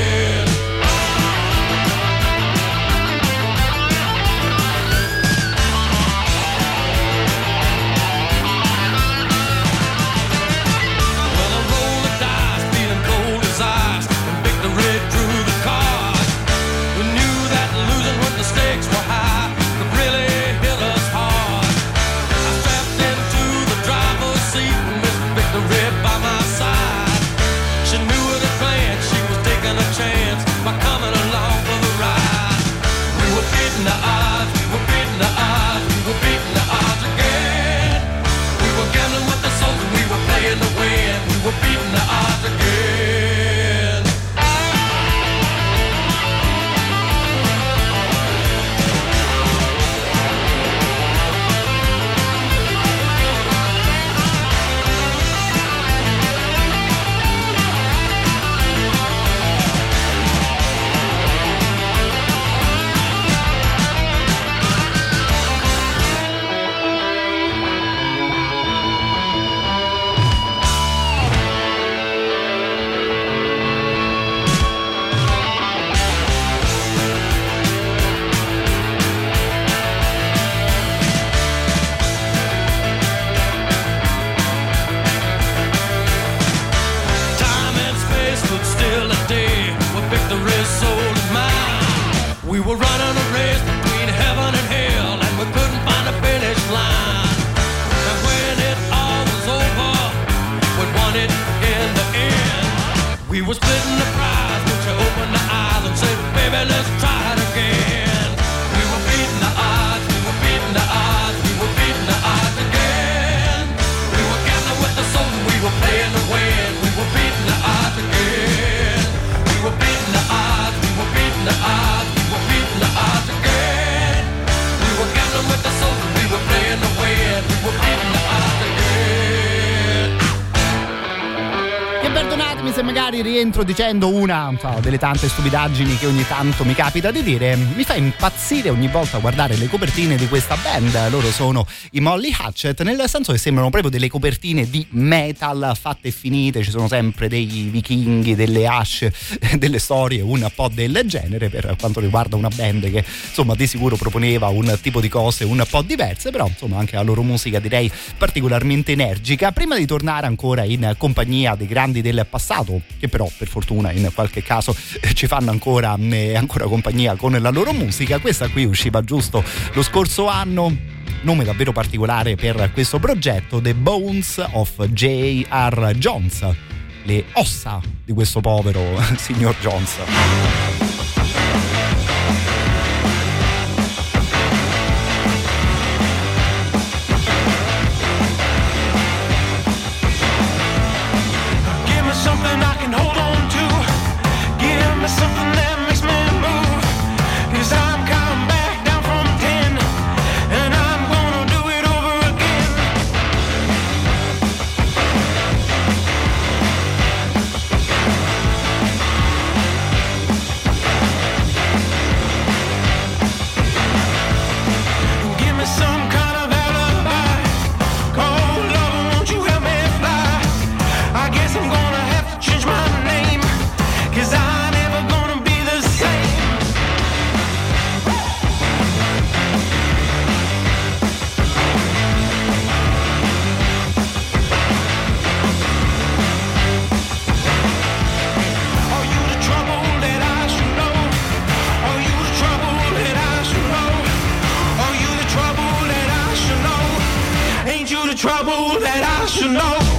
race soul is mine. We were running a race between heaven and hell, and we couldn't find a finish line. And when it all was over, we won it in the end. We were splitting the prize, but you opened the eyes and said, baby, let's try it again. We were beating the odds, we were beating the odds, we were beating the odds again. We were gambling with the soul, we were playing to win. We were beating the odds again. We were beating the odds, we were beating the odds, we were beating the odds again. We were gambling with the soul, we were playing to win. We were beating the odds again. E perdonatemi se magari rientro dicendo una delle tante stupidaggini che ogni tanto mi capita di dire. Mi fa impazzire ogni volta guardare le copertine di questa band. Loro sono i Molly Hatchet, nel senso che sembrano proprio delle copertine di metal fatte e finite. Ci sono sempre dei vichinghi, delle asce, delle storie un po' del genere per quanto riguarda una band che insomma di sicuro proponeva un tipo di cose un po' diverse, però insomma anche la loro musica direi particolarmente energica. Prima di tornare ancora in compagnia dei grandi del passato, che però per fortuna in qualche caso ci fanno ancora compagnia con la loro musica, questa qui usciva giusto lo scorso anno, nome davvero particolare per questo progetto, The Bones of J.R. Jones, le ossa di questo povero signor Jones. Something I can hold on to. Give me something that makes me move. 'Cause I'm coming back down from 10, and I'm gonna do it over again. Give me some kind of alibi. Cold lover, won't you help me fly? I guess I'm gonna change my name, 'cause I'm never gonna be the same. Are you the trouble that I should know? Are you the trouble that I should know? Are you the trouble that I should know? Ain't you the trouble that I should know?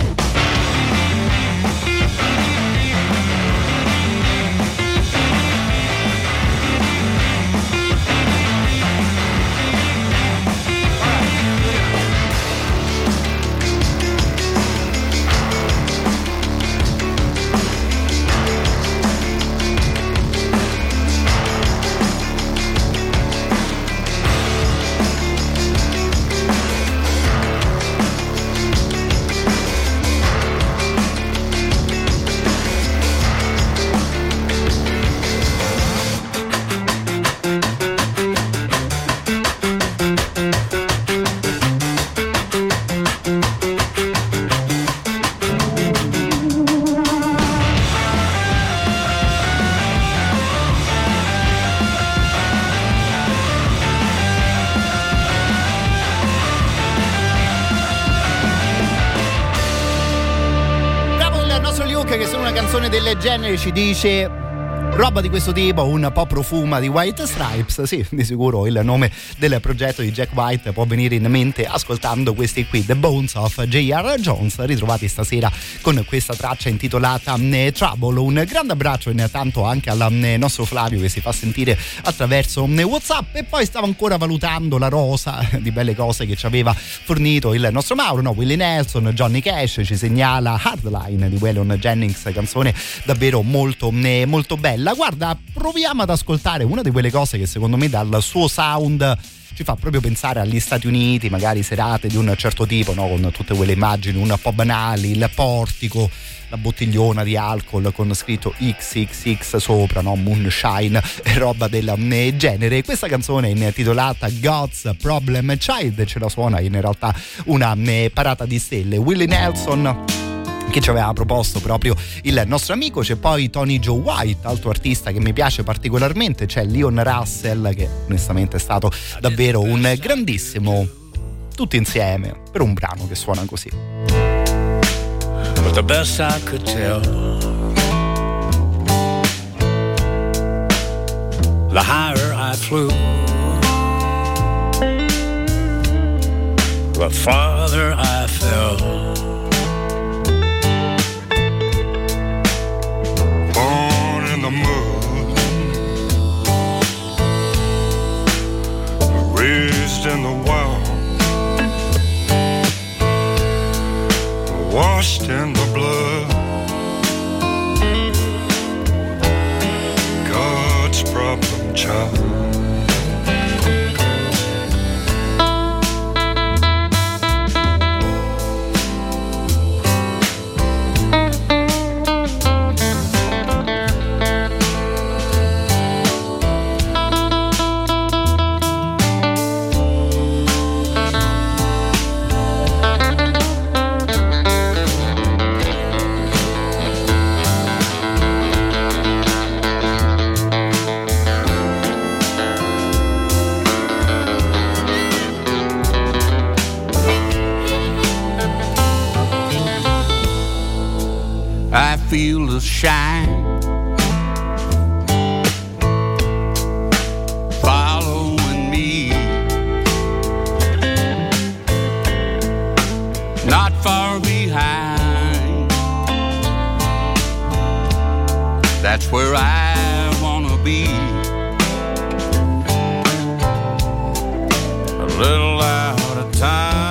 Del genere ci dice roba di questo tipo un po' profuma di White Stripes. Sì, di sicuro il nome del progetto di Jack White può venire in mente ascoltando questi qui, The Bones of J.R. Jones, ritrovati stasera con questa traccia intitolata Trouble. Un grande abbraccio intanto anche al nostro Flavio che si fa sentire attraverso WhatsApp. E poi stavo ancora valutando la rosa di belle cose che ci aveva fornito il nostro Mauro, no? Willie Nelson, Johnny Cash, ci segnala Hardline di Waylon Jennings, canzone davvero molto molto bella. Guarda, proviamo ad ascoltare una di quelle cose che secondo me dal suo sound ci fa proprio pensare agli Stati Uniti, magari serate di un certo tipo, no? Con tutte quelle immagini un po' banali, il portico, la bottigliona di alcol con scritto XXX sopra, no? Moonshine e roba del genere. Questa canzone è intitolata God's Problem Child, ce la suona in realtà una parata di stelle, Willie Nelson, che ci aveva proposto proprio il nostro amico. C'è poi Tony Joe White, altro artista che mi piace particolarmente, c'è Leon Russell, che onestamente è stato davvero un grandissimo, tutti insieme per un brano che suona così. But the best I could tell, the higher I flew, the farther I fell. Born in the mud, raised in the wild, washed in the blood, God's problem child. I feel the shine following me, not far behind. That's where I wanna be, a little out of time.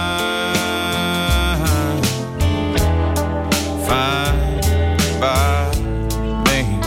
By me,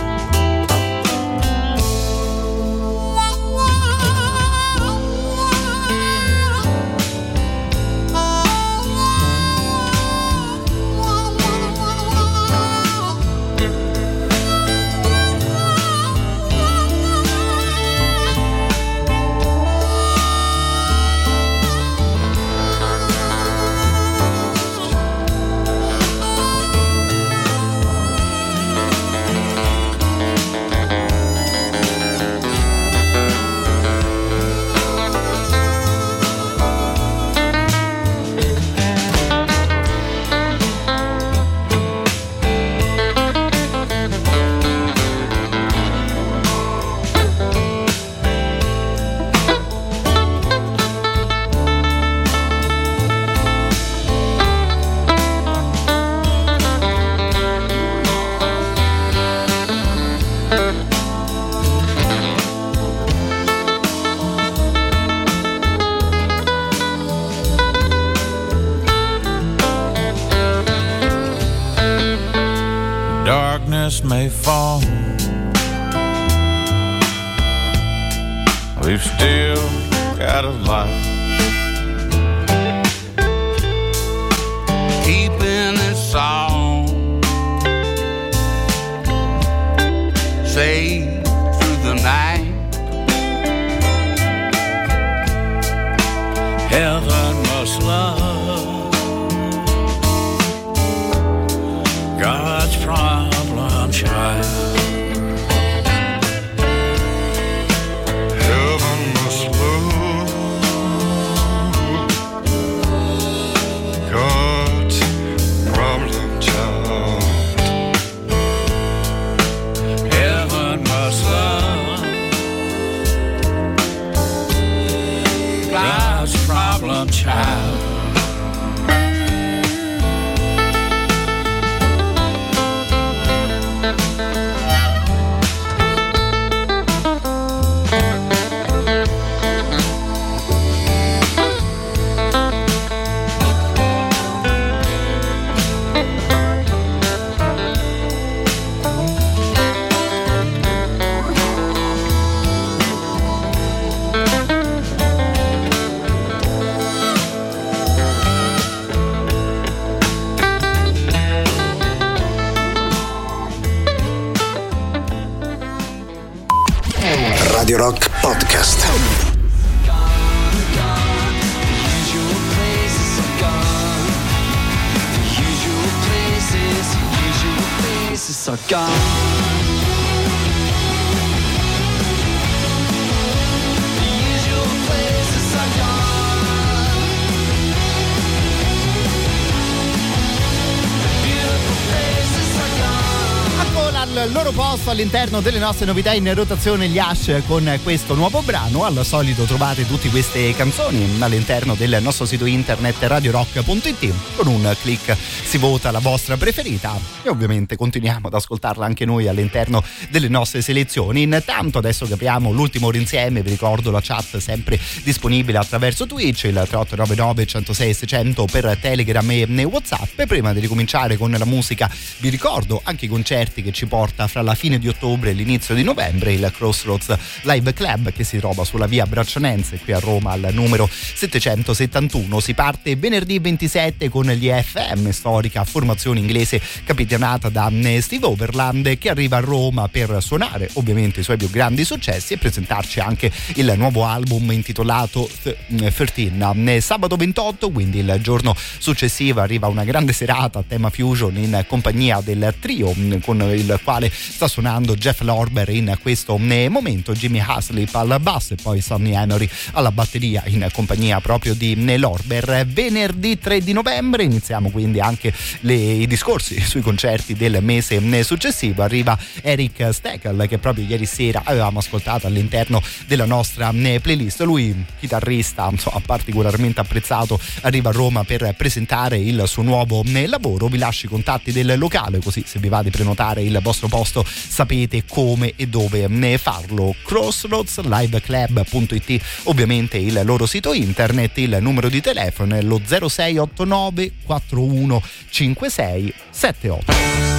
darkness may fall, we've still got a light, keeping us all safe through the night. Heaven must love God's problem child. Heaven must love God's problem child. Heaven must love God's problem child. Radio Rock Podcast. Are gone. The usual places are gone. The beautiful places are gone. Ancora loro posto all'interno delle nostre novità in rotazione, gli Ash, con questo nuovo brano. Al solito trovate tutte queste canzoni all'interno del nostro sito internet radiorock.it. Con un click si vota la vostra preferita e ovviamente continuiamo ad ascoltarla anche noi all'interno delle nostre selezioni. Intanto, adesso che apriamo l'ultimo ora insieme, vi ricordo la chat sempre disponibile attraverso Twitch, il 3899 106 600 per Telegram e WhatsApp. E prima di ricominciare con la musica vi ricordo anche i concerti che ci porta fra la fine di ottobre e l'inizio di novembre il Crossroads Live Club, che si trova sulla via Braccianense qui a Roma al numero 771. Si parte venerdì 27 con gli EFM, storica formazione inglese capitanata da Steve Overland, che arriva a Roma per suonare ovviamente i suoi più grandi successi e presentarci anche il nuovo album intitolato 13. Sabato 28, quindi il giorno successivo, arriva una grande serata a tema fusion in compagnia del trio con il quale sta suonando Jeff Lorber in questo momento, Jimmy Haslip al basso e poi Sonny Emery alla batteria in compagnia proprio di Lorber. Venerdì 3 di novembre iniziamo quindi anche i discorsi sui concerti del mese successivo. Arriva Eric Steckel, che proprio ieri sera avevamo ascoltato all'interno della nostra playlist. Lui, chitarrista particolarmente apprezzato, arriva a Roma per presentare il suo nuovo lavoro. Vi lascio i contatti del locale, così se vi va di prenotare il vostro posto sapete come e dove farlo. crossroadsLiveClub.it, ovviamente il loro sito internet. Il numero di telefono è lo 0689 41 56 78.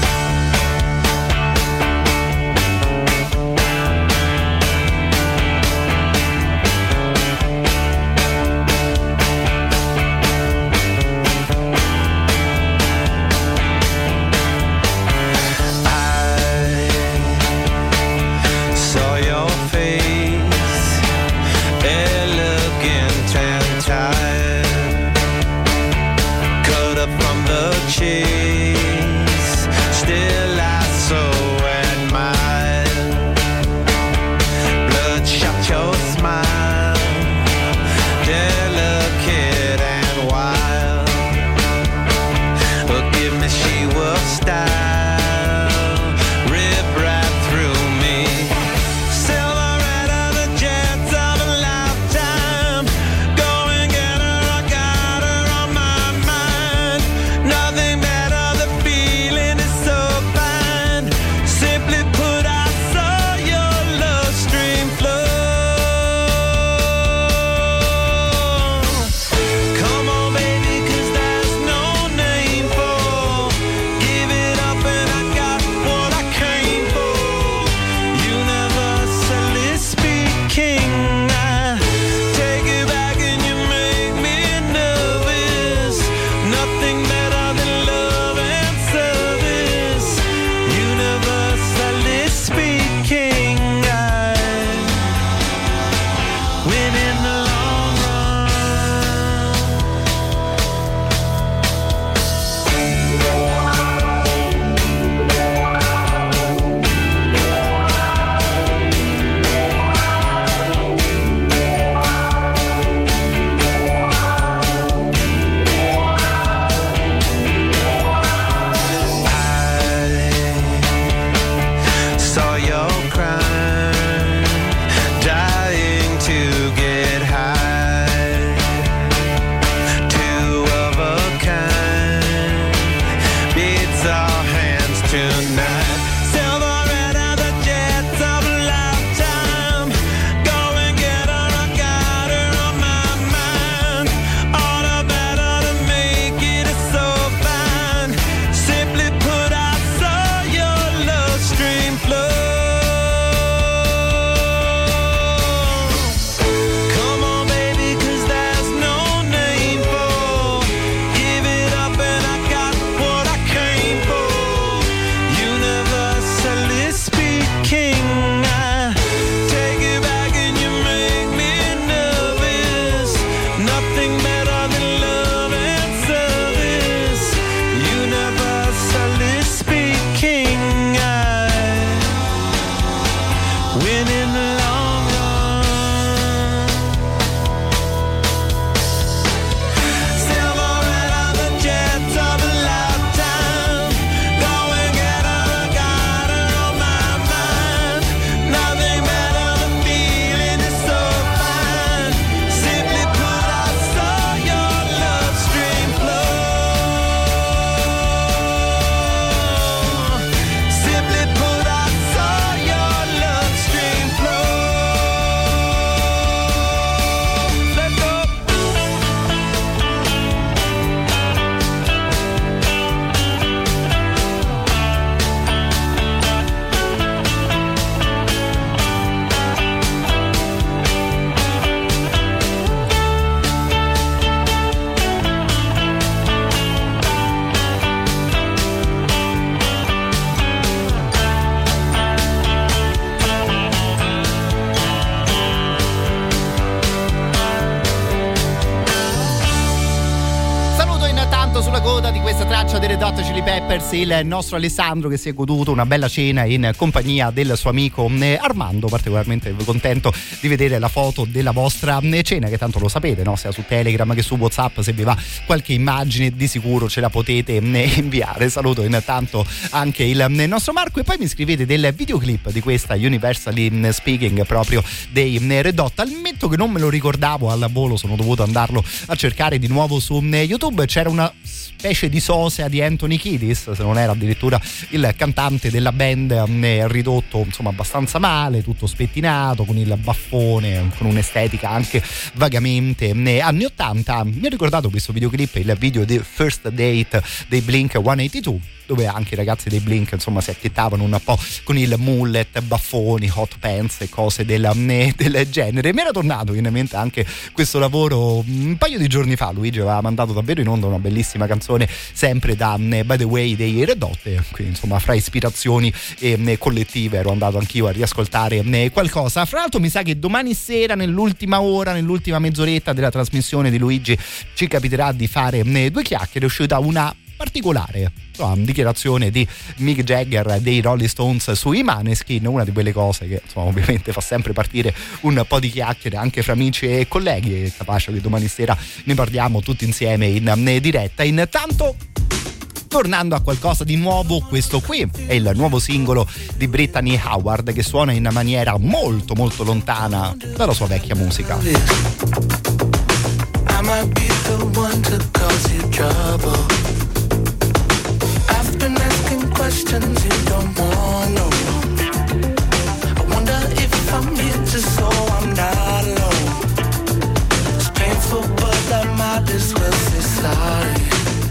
questa traccia dei Red Hot Chili Peppers il nostro Alessandro, che si è goduto una bella cena in compagnia del suo amico Armando. Particolarmente contento di vedere la foto della vostra cena, che tanto lo sapete, no? Sia su Telegram che su WhatsApp, se vi va qualche immagine di sicuro ce la potete inviare. Saluto intanto anche il nostro Marco, e poi mi scrivete del videoclip di questa Universally Speaking proprio dei Red Hot. Ammetto che non me lo ricordavo al volo, sono dovuto andarlo a cercare di nuovo su YouTube. C'era una specie di sosia di Anthony Kiedis, se non era addirittura il cantante della band, ridotto insomma abbastanza male, tutto spettinato, con il baffone, con un'estetica anche vagamente anni 80. Mi ha ricordato questo videoclip il video di First Date dei Blink-182, dove anche i ragazzi dei Blink insomma si acchittavano un po' con il mullet, baffoni, hot pants e cose del genere. Mi era tornato in mente anche questo lavoro un paio di giorni fa. Luigi aveva mandato davvero in onda una bellissima canzone, sempre da By the Way dei Red Hot, quindi insomma fra ispirazioni collettive ero andato anch'io a riascoltare qualcosa. Fra l'altro mi sa che domani sera, nell'ultima ora, nell'ultima mezz'oretta della trasmissione di Luigi, ci capiterà di fare due chiacchiere. È uscita una particolare dichiarazione di Mick Jagger dei Rolling Stones sui Maneskin, una di quelle cose che insomma ovviamente fa sempre partire un po' di chiacchiere anche fra amici e colleghi. È capace che domani sera ne parliamo tutti insieme in diretta. Intanto, tornando a qualcosa di nuovo, questo qui è il nuovo singolo di Brittany Howard, che suona in maniera molto molto lontana dalla sua vecchia musica. I might be the one to cause you trouble. I've been asking questions you don't want to know. I wonder if I'm here just so I'm not alone. It's painful, but I might as well say sorry.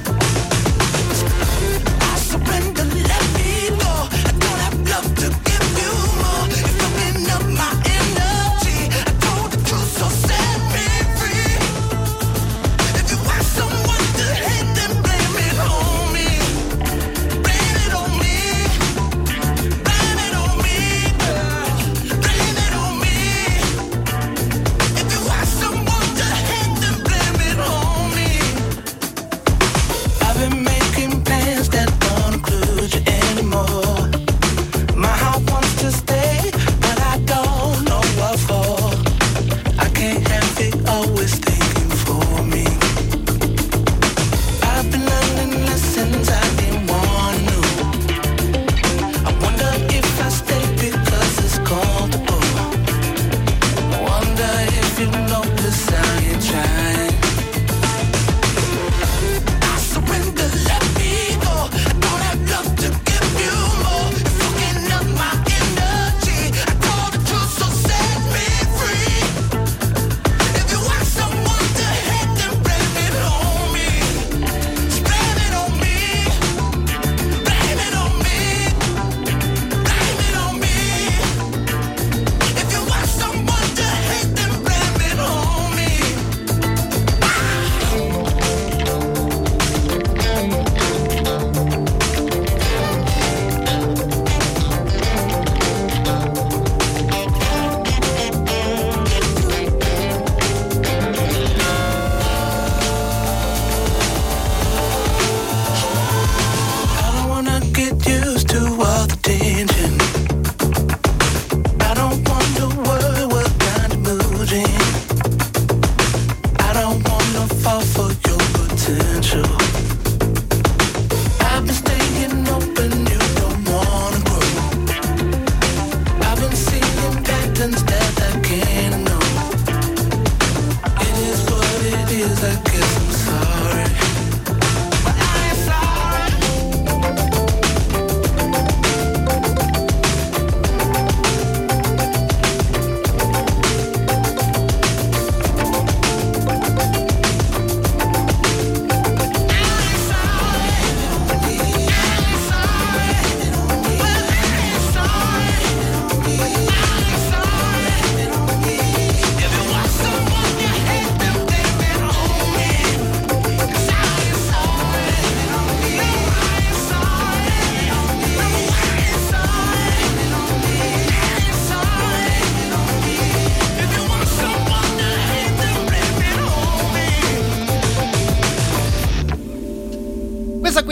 I surrender, let me go. I don't have love to give you more. You're fucking up my energy. I told the truth, so set me free. If you want someone to hate, then blame it on me. Blame it on me. Blame it on me, girl. Blame it on me. If you want someone to hate, then blame it on me. I've been making plans that don't include you anymore. My heart wants to stay, but I don't know what for. I can't have it always thinking for me. I've been learning lessons I didn't want to know. I wonder if I stay because it's comfortable. I wonder if you notice I ain't trying. I surrender, let me go. I don't have love to give you more. You're fucking up my energy. I told the truth, so set me free. If you want someone to hate, then blame it on me. Just blame it on me. Blame it on me. Blame it on me. If you want someone to hate, then blame it on me. I don't wanna get used to all the tension. I don't wonder what kind of mood you're in. I don't wanna fall for your potential. I've been staying open, you don't wanna grow. I've been seeing patterns that I can't know. It is what it is, I guess I'm sorry. But I ain't sorry.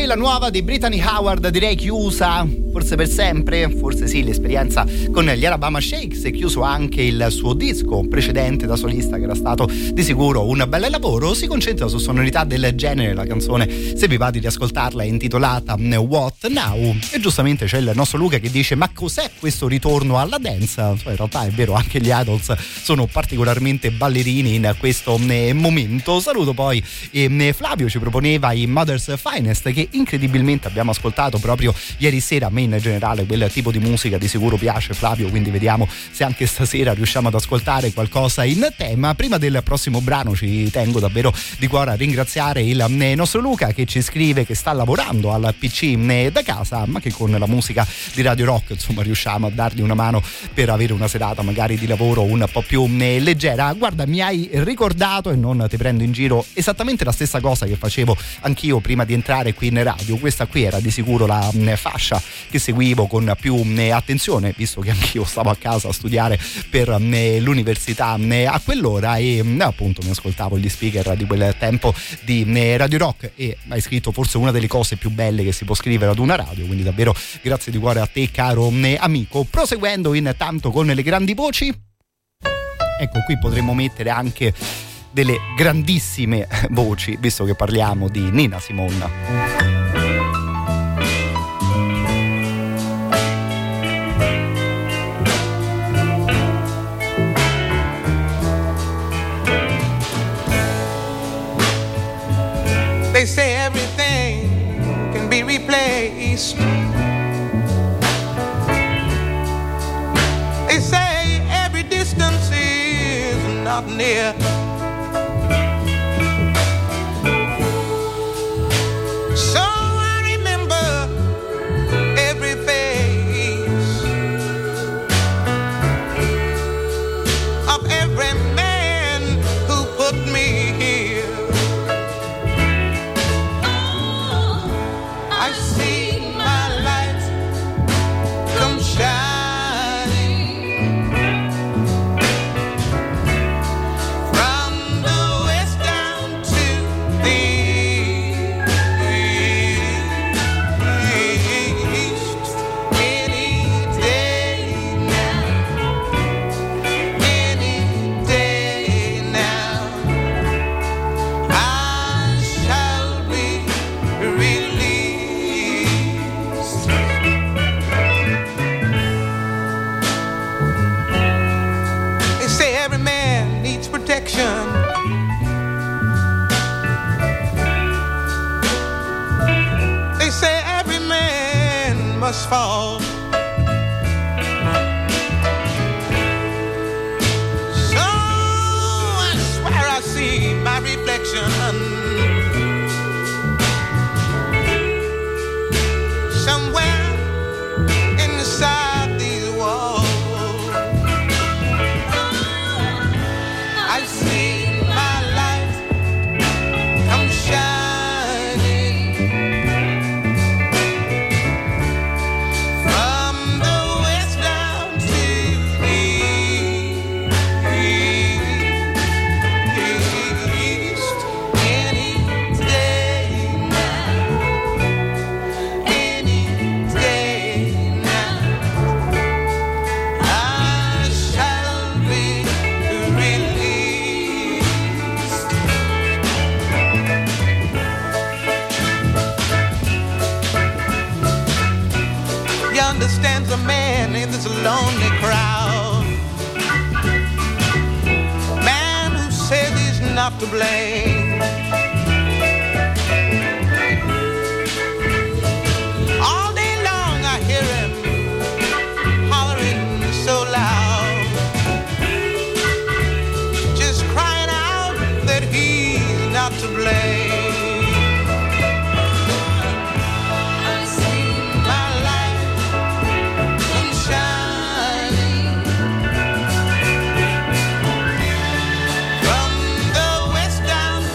la nuova di Brittany Howard direi chiusa, forse per sempre, forse sì, l'esperienza con gli Alabama Shakes, è chiuso anche il suo disco precedente da solista che era stato di sicuro un bel lavoro, si concentra su sonorità del genere, la canzone se vi va di riascoltarla è intitolata What Now e giustamente c'è il nostro Luca che dice ma cos'è questo ritorno alla dance? In realtà è vero, anche gli Idols sono particolarmente ballerini in questo momento. Saluto poi Flavio, ci proponeva i Mother's Finest che incredibilmente abbiamo ascoltato proprio ieri sera. A me in generale quel tipo di musica di sicuro piace, Flavio, quindi vediamo se anche stasera riusciamo ad ascoltare qualcosa in tema. Prima del prossimo brano ci tengo davvero di cuore a ringraziare il nostro Luca che ci scrive che sta lavorando al PC da casa, ma che con la musica di Radio Rock insomma riusciamo a dargli una mano per avere una serata magari di lavoro un po' più leggera. Guarda, mi hai ricordato, e non ti prendo in giro, esattamente la stessa cosa che facevo anch'io prima di entrare qui in radio. Questa qui era di sicuro la fascia che seguivo con più attenzione, visto che anch'io stavo a casa a studiare per l'università a quell'ora e appunto mi ascoltavo gli speaker di quel tempo di Radio Rock. E hai scritto forse una delle cose più belle che si può scrivere ad una radio, quindi davvero grazie di cuore a te, caro amico. Proseguendo intanto con le grandi voci, ecco, qui potremmo mettere anche delle grandissime voci, visto che parliamo di Nina Simone. They say everything can be replaced. They say every distance is not near. So I remember every face of every man who put me here. I see my light come shining from the west down to the east. Any day now, I shall be released. They say every man needs protection. They say every man must fall. So I swear I see my reflection somewhere inside these walls. I see my light come shining from the west down to the east. Any day now, any day now, I shall be released. Yonder stands a man in this lonely crowd, man who says he's not to blame. All day long I hear him hollering so loud, just crying out that he's not to blame. I see my light come shining from the west down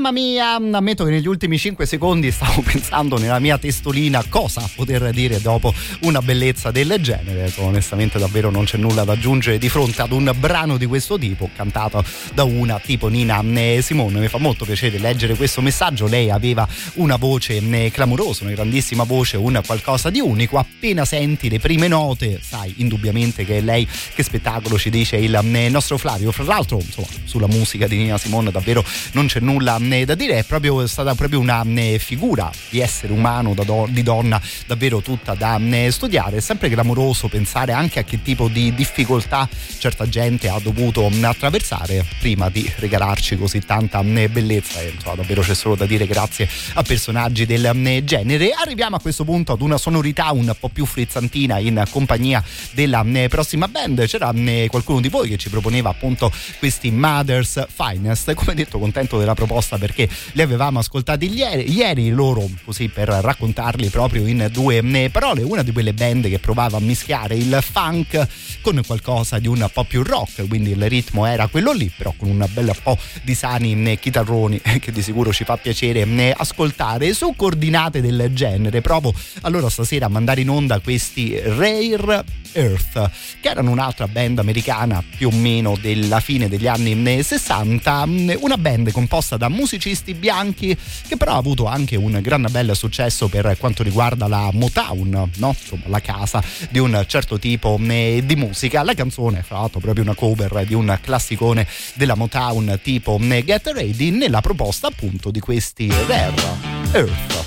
Mamma mia, ammetto che negli ultimi 5 secondi stavo pensando nella mia testolina cosa poter dire dopo una bellezza del genere. Onestamente davvero non c'è nulla da aggiungere di fronte ad un brano di questo tipo cantato da una tipo Nina Simone. Mi fa molto piacere leggere questo messaggio. Lei aveva una voce clamorosa, una grandissima voce, un qualcosa di unico. Appena senti le prime note sai indubbiamente che è lei. Che spettacolo, ci dice il nostro Flavio. Fra l'altro insomma sulla musica di Nina Simone davvero non c'è nulla da dire, è stata proprio una figura di essere umano, di donna davvero tutta da studiare. È sempre clamoroso pensare anche a che tipo di difficoltà certa gente ha dovuto attraversare prima di regalarci così tanta bellezza, e insomma davvero c'è solo da dire grazie a personaggi del genere. Arriviamo a questo punto ad una sonorità un po' più frizzantina in compagnia della prossima band. C'era qualcuno di voi che ci proponeva appunto questi Mother's Finest, come detto contento della proposta perché li avevamo ascoltati ieri loro, così per raccontarli proprio in 2 parole. Una di quelle band che provava a mischiare il funk con qualcosa di un po' più rock, quindi il ritmo era quello lì, però con un bel po' di sani chitarroni che di sicuro ci fa piacere ascoltare. Su coordinate del genere provo allora stasera a mandare in onda questi Rare Earth, che erano un'altra band americana più o meno della fine degli anni 60, una band composta da musicisti bianchi che però ha avuto anche un gran bel successo per quanto riguarda la Motown, no? Insomma, la casa di un certo tipo di musica. La canzone fra l'altro proprio una cover di un classicone della Motown tipo Get Ready, nella proposta appunto di questi Rare Earth.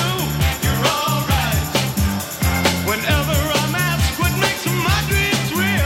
Whenever I'm asked what makes my dreams real,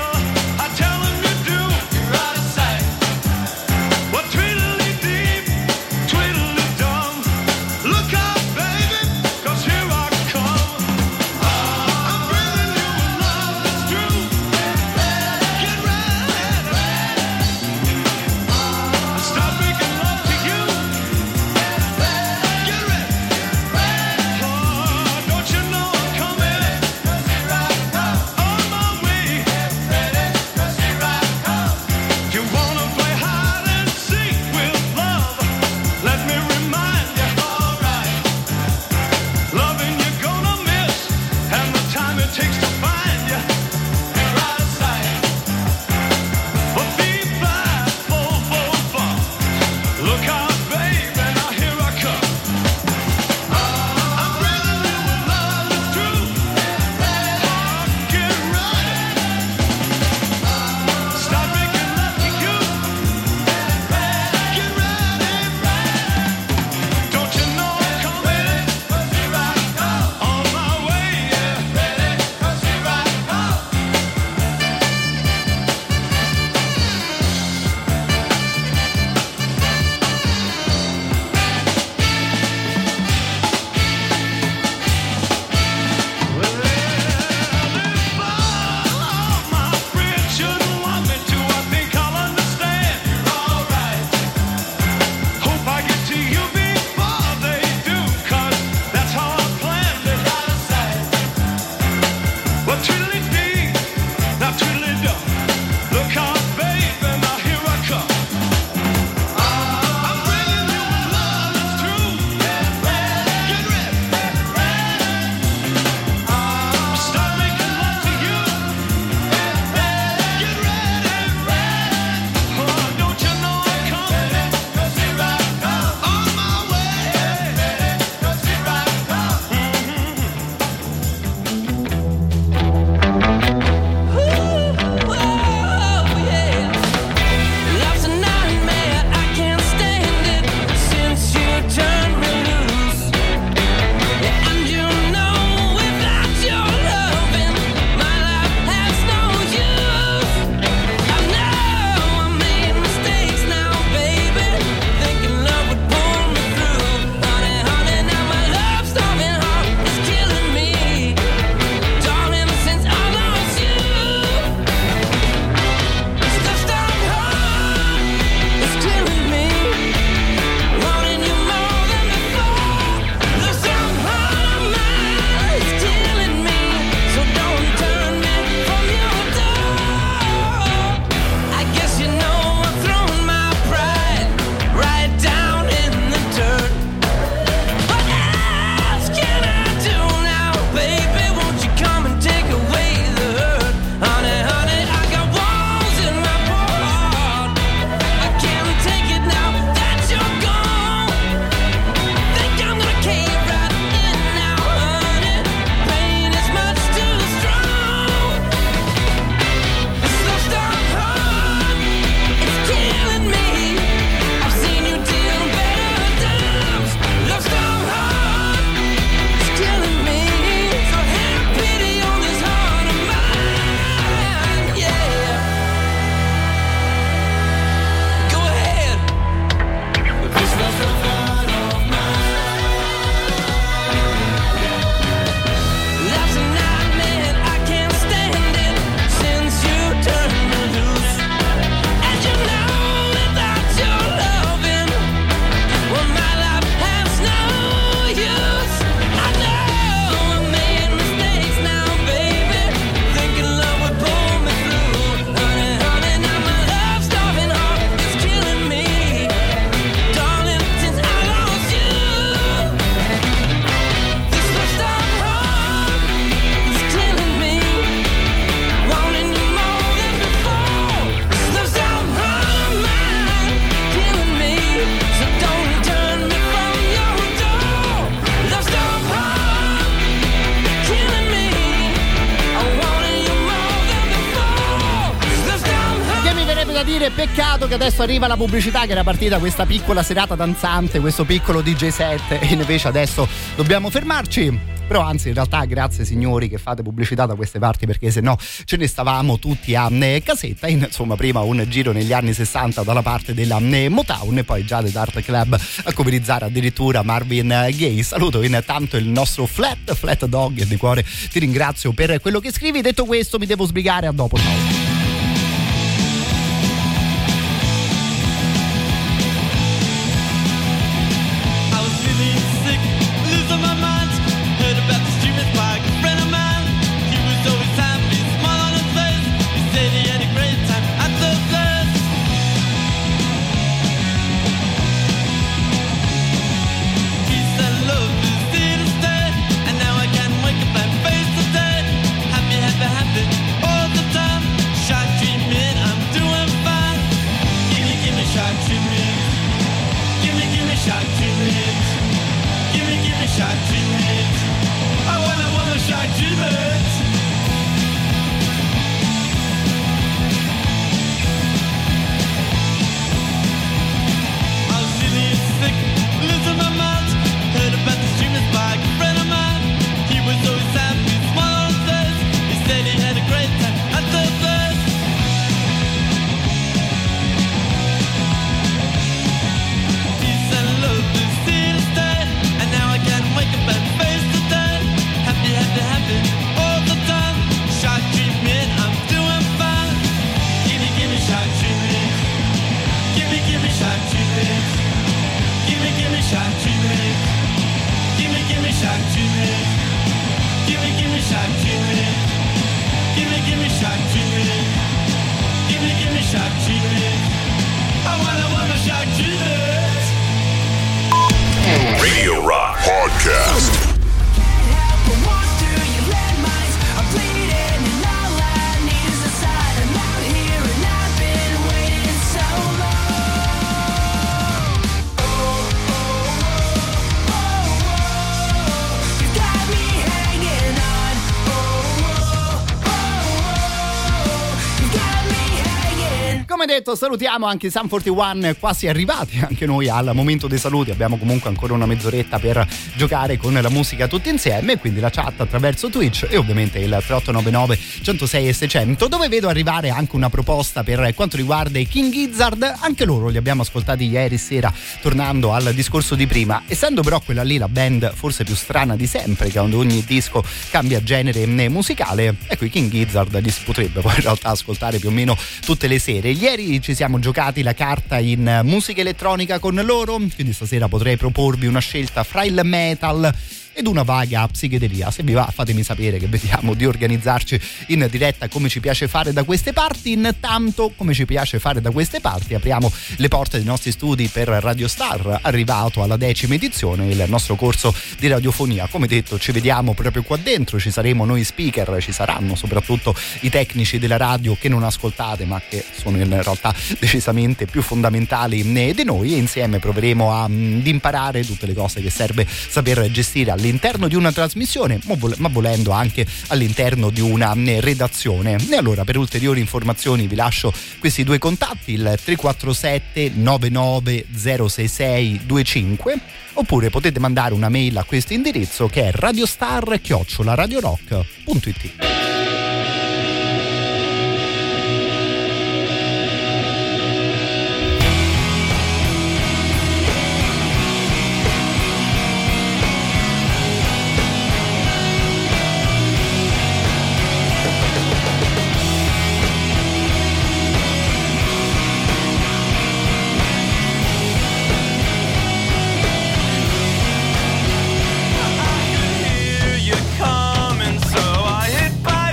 dire peccato che adesso arriva la pubblicità, che era partita questa piccola serata danzante, questo piccolo DJ set, e invece adesso dobbiamo fermarci. Però anzi, in realtà grazie signori che fate pubblicità da queste parti, perché se no ce ne stavamo tutti a casetta. Insomma, prima un giro negli anni 60 dalla parte della Motown e poi già The Art Club a coverizzare addirittura Marvin Gaye. Saluto intanto il nostro Flat Dog e di cuore ti ringrazio per quello che scrivi. Detto questo, mi devo sbrigare, a dopo, ciao. Radio Rock Podcast. Come detto, salutiamo anche i Sum 41, quasi arrivati anche noi al momento dei saluti. Abbiamo comunque ancora una mezz'oretta per giocare con la musica tutti insieme, quindi la chat attraverso Twitch e ovviamente il 3899 106 e 600, dove vedo arrivare anche una proposta per quanto riguarda i King Gizzard. Anche loro li abbiamo ascoltati ieri sera, tornando al discorso di prima, essendo però quella lì la band forse più strana di sempre, che ad ogni disco cambia genere musicale. Ecco, i King Gizzard li si potrebbe poi in realtà ascoltare più o meno tutte le sere. Ieri ci siamo giocati la carta in musica elettronica con loro, quindi stasera potrei proporvi una scelta fra il metal ed una vaga psichedelia. Se vi va, fatemi sapere che vediamo di organizzarci in diretta come ci piace fare da queste parti. Intanto, come ci piace fare da queste parti, apriamo le porte dei nostri studi per Radio Star, arrivato alla 10ª edizione, il nostro corso di radiofonia. Come detto, ci vediamo proprio qua dentro, ci saremo noi speaker, ci saranno soprattutto i tecnici della radio che non ascoltate ma che sono in realtà decisamente più fondamentali di noi, e insieme proveremo ad imparare tutte le cose che serve saper gestire all'interno di una trasmissione, ma volendo anche all'interno di una redazione. E allora, per ulteriori informazioni vi lascio questi due contatti, il 347 99 066 25, oppure potete mandare una mail a questo indirizzo che è radiostar@radiorock.it. Coming, so I hit by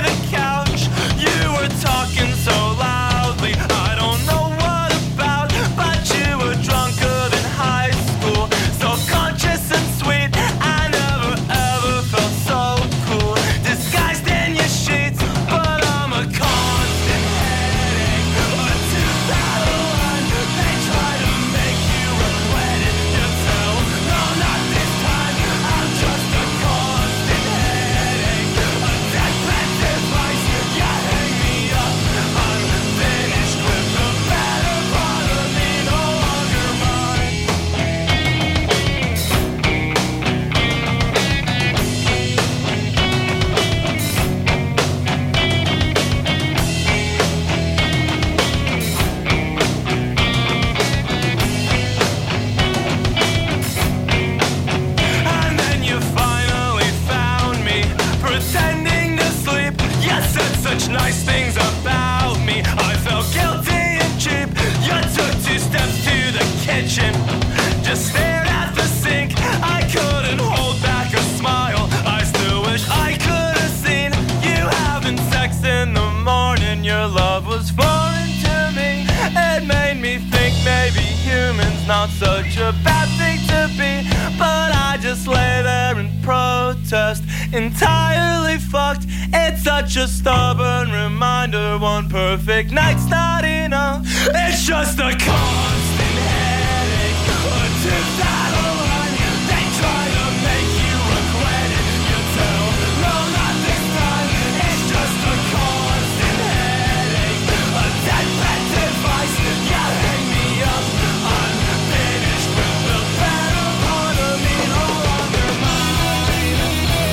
test, entirely fucked. It's such a stubborn reminder, one perfect night's not enough. It's just a constant headache, a tip that'll run you. They try to make you regret it. You tell, no, not this time. It's just a constant headache, a dead pet device. You hang me up, unfinished. The better part of me all undermined.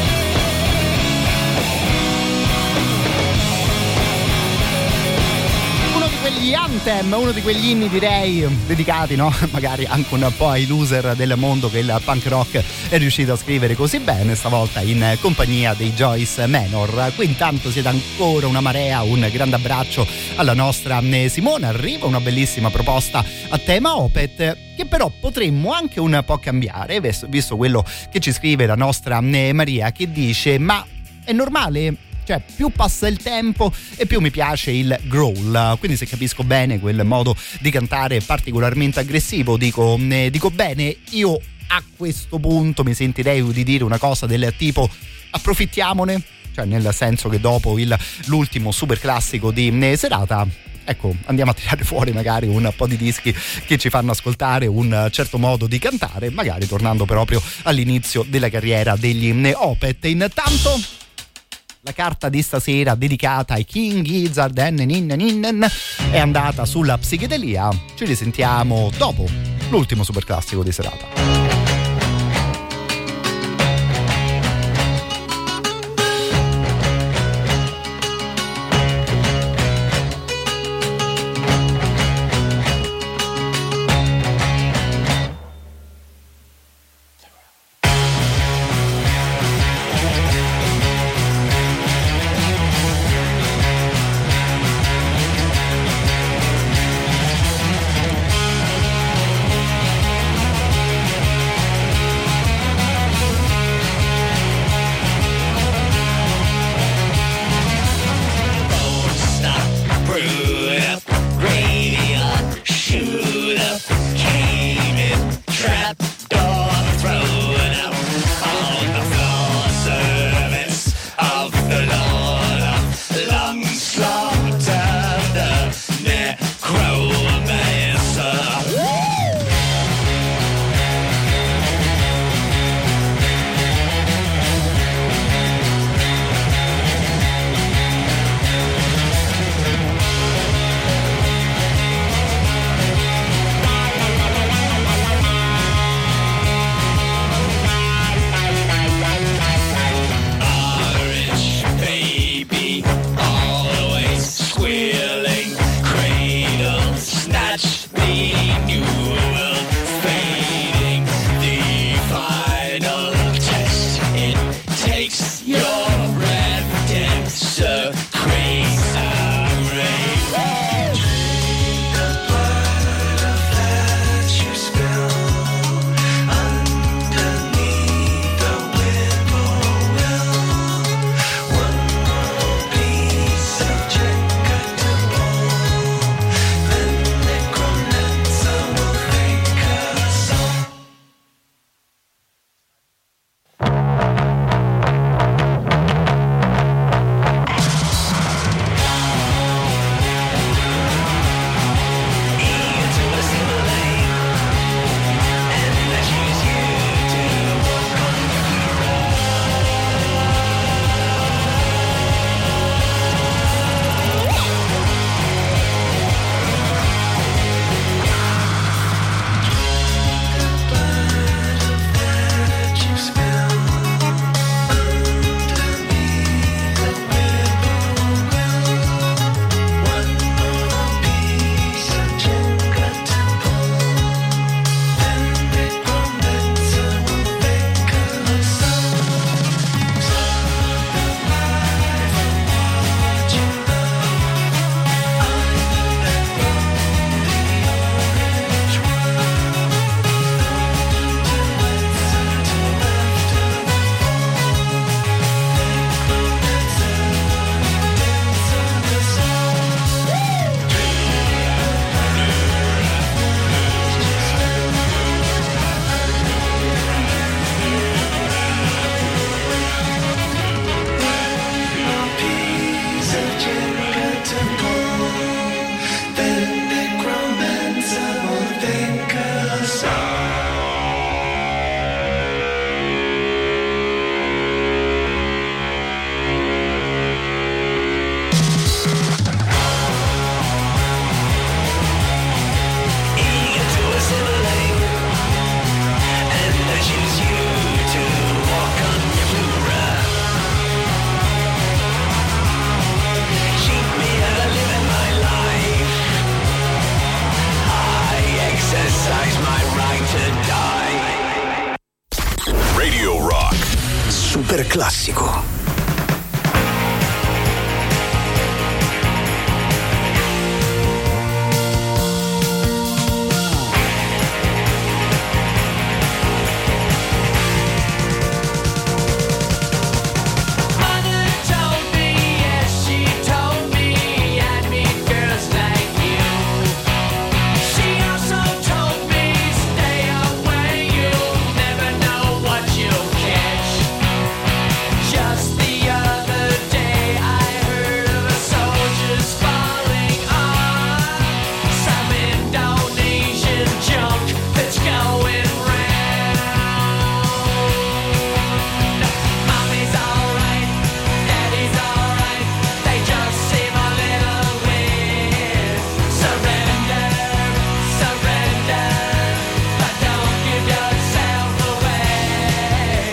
Uno di quegli anthem, uno di quegli inni direi dedicati, no? Magari anche un po' ai loser del mondo che il punk rock è riuscito a scrivere così bene, stavolta in compagnia dei Joyce Manor. Qui intanto siete ancora una marea, un grande abbraccio alla nostra Simone. Arriva una bellissima proposta a tema Opeth che però potremmo anche un po' cambiare, visto quello che ci scrive la nostra Maria, che dice: ma è normale? Cioè, più passa il tempo e più mi piace il growl, quindi se capisco bene quel modo di cantare particolarmente aggressivo, dico bene. Io a questo punto mi sentirei di dire una cosa del tipo: approfittiamone, cioè nel senso che dopo l'ultimo super classico di serata, ecco, andiamo a tirare fuori magari un po' di dischi che ci fanno ascoltare un certo modo di cantare, magari tornando proprio all'inizio della carriera degli Opeth. Intanto la carta di stasera dedicata ai King Gizzard è andata sulla psichedelia. Ci risentiamo dopo l'ultimo super classico di serata. super classico. Just the other day I heard of a soldier's falling on some Indonesian junk that's going round. Mommy's alright, daddy's alright, they just seem a little weird. Surrender, surrender, but don't give yourself away.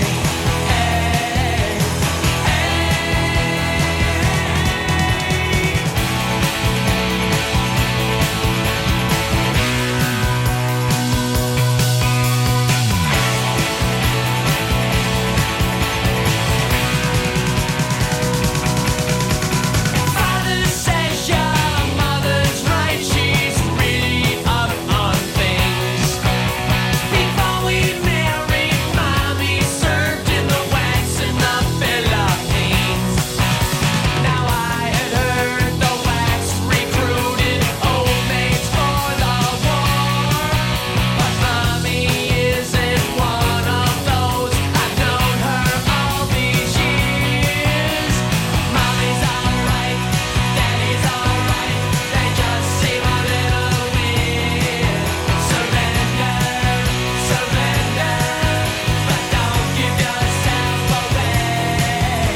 Father says your mother's right, she's really up on things. Before we married, Mommy served in the wax in the Philippines. Now I had heard the wax recruited old maids for the war, but Mommy isn't one of those. I've known her all these years. Mommy's alright, daddy's alright, they just seem a little weird. Surrender, surrender, but don't give yourself away.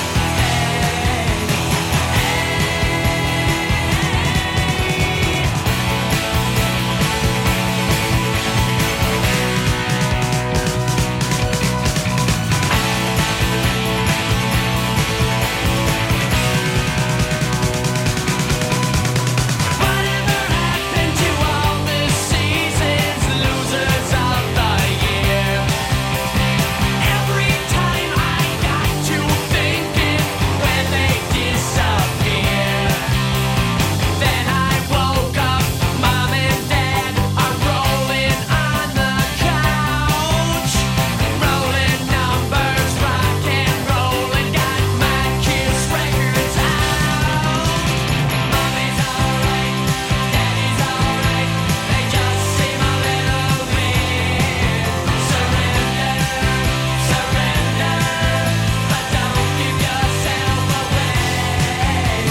Whatever happened to all the seasons, losers of the year? Every time I got to thinking when they disappear, then I woke up, Mom and Dad are rolling on the couch, rolling numbers, rock and rolling, got my Kiss records out. Mommy's alright, daddy's alright, they just seem a little weird. Surrender, surrender, but don't give yourself away.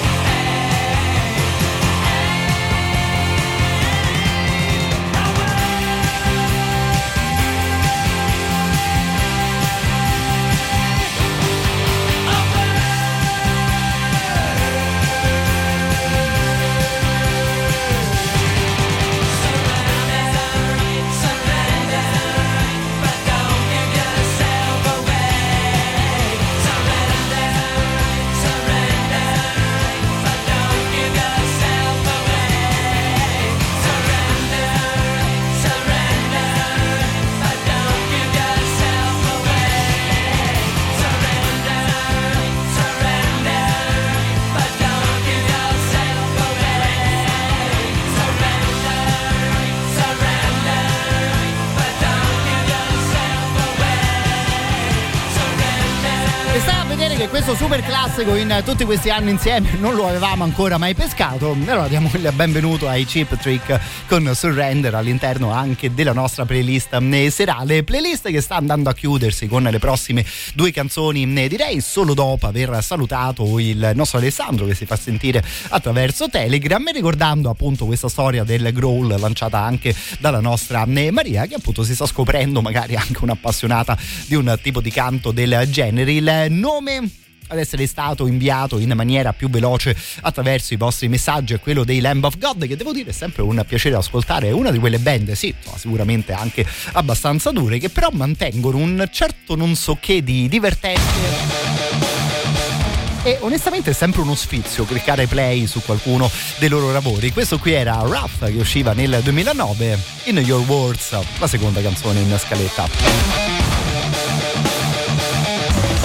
E stai a vedere che questo super classico in tutti questi anni insieme non lo avevamo ancora mai pescato. Allora diamo il benvenuto ai Cheap Trick con Surrender all'interno anche della nostra playlist serale, playlist che sta andando a chiudersi con le prossime due canzoni, direi solo dopo aver salutato il nostro Alessandro che si fa sentire attraverso Telegram, ricordando appunto questa storia del growl lanciata anche dalla nostra Maria, che appunto si sta scoprendo magari anche un'appassionata di un tipo di canto del genere. Il nome ad essere stato inviato in maniera più veloce attraverso i vostri messaggi è quello dei Lamb of God, che devo dire è sempre un piacere ascoltare. È una di quelle band, sì, sicuramente anche abbastanza dure, che però mantengono un certo non so che di divertente. E onestamente è sempre uno sfizio cliccare play su qualcuno dei loro lavori. Questo qui era Rough, che usciva nel 2009, In Your Words, la seconda canzone in scaletta.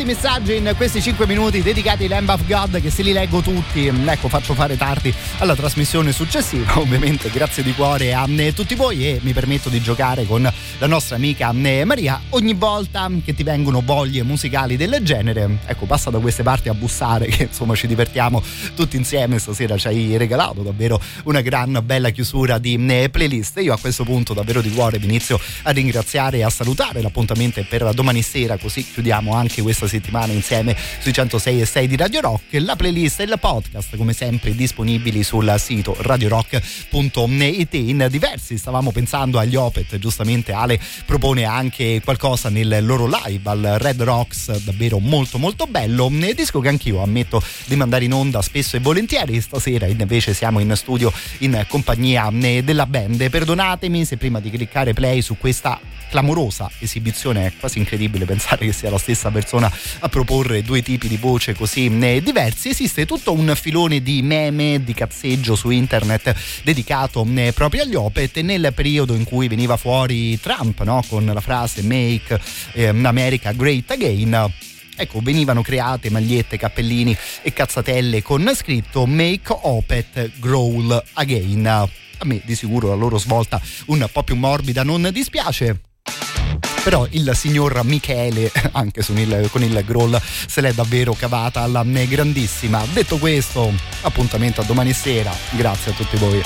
messaggi in questi 5 minuti dedicati ai Lamb of God, che se li leggo tutti, ecco, faccio fare tardi alla trasmissione successiva. Ovviamente grazie di cuore a tutti voi, e mi permetto di giocare con la nostra amica Maria. Ogni volta che ti vengono voglie musicali del genere, ecco, passa da queste parti a bussare, che insomma ci divertiamo tutti insieme. Stasera ci hai regalato davvero una gran bella chiusura di playlist. Io a questo punto davvero di cuore vi inizio a ringraziare e a salutare. L'appuntamento è per domani sera, così chiudiamo anche questa settimana insieme sui 106.6 di Radio Rock. La playlist e il podcast come sempre disponibili sul sito radiorock.it. In diversi stavamo pensando agli Opeth, giustamente Ale propone anche qualcosa nel loro live al Red Rocks, davvero molto molto bello, disco che anch'io ammetto di mandare in onda spesso e volentieri. Stasera invece siamo in studio in compagnia della band. Perdonatemi se prima di cliccare play su questa clamorosa esibizione, è quasi incredibile pensare che sia la stessa persona a proporre due tipi di voce così diversi. Esiste tutto un filone di meme, di cazzeggio su internet dedicato proprio agli Opeth, nel periodo in cui veniva fuori Trump, no? Con la frase Make America Great Again. Ecco, venivano create magliette, cappellini e cazzatelle con scritto Make Opeth Growl Again. A me di sicuro la loro svolta un po' più morbida non dispiace, però il signor Michele anche con il growl se l'è davvero cavata alla grandissima. Detto questo, appuntamento a domani sera. Grazie a tutti voi.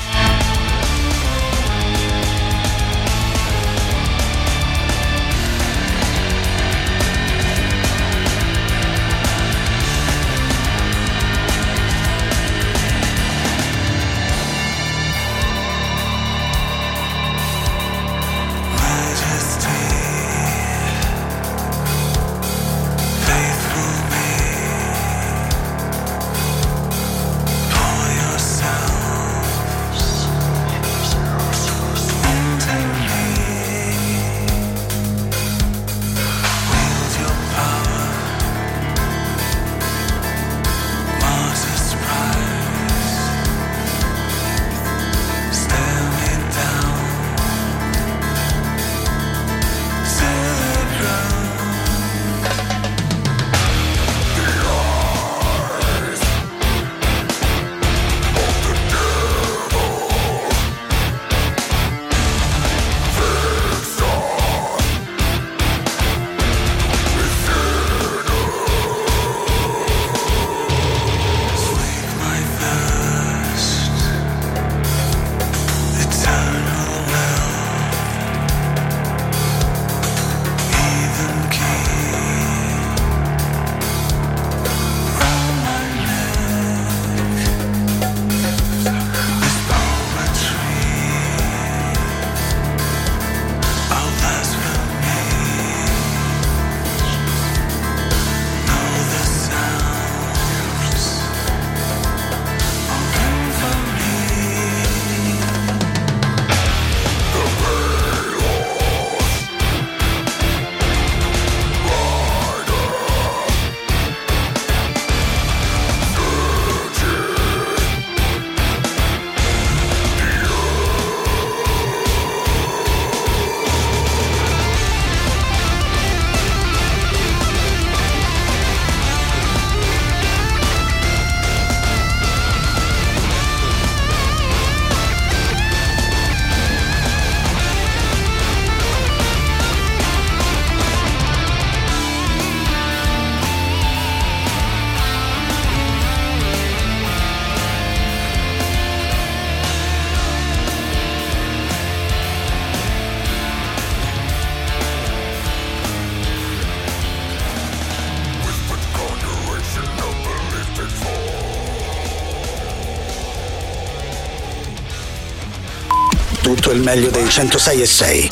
Tutto il meglio dei 106.6.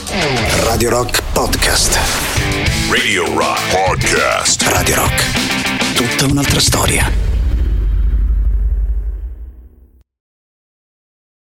Radio Rock Podcast. Radio Rock Podcast. Radio Rock. Tutta un'altra storia.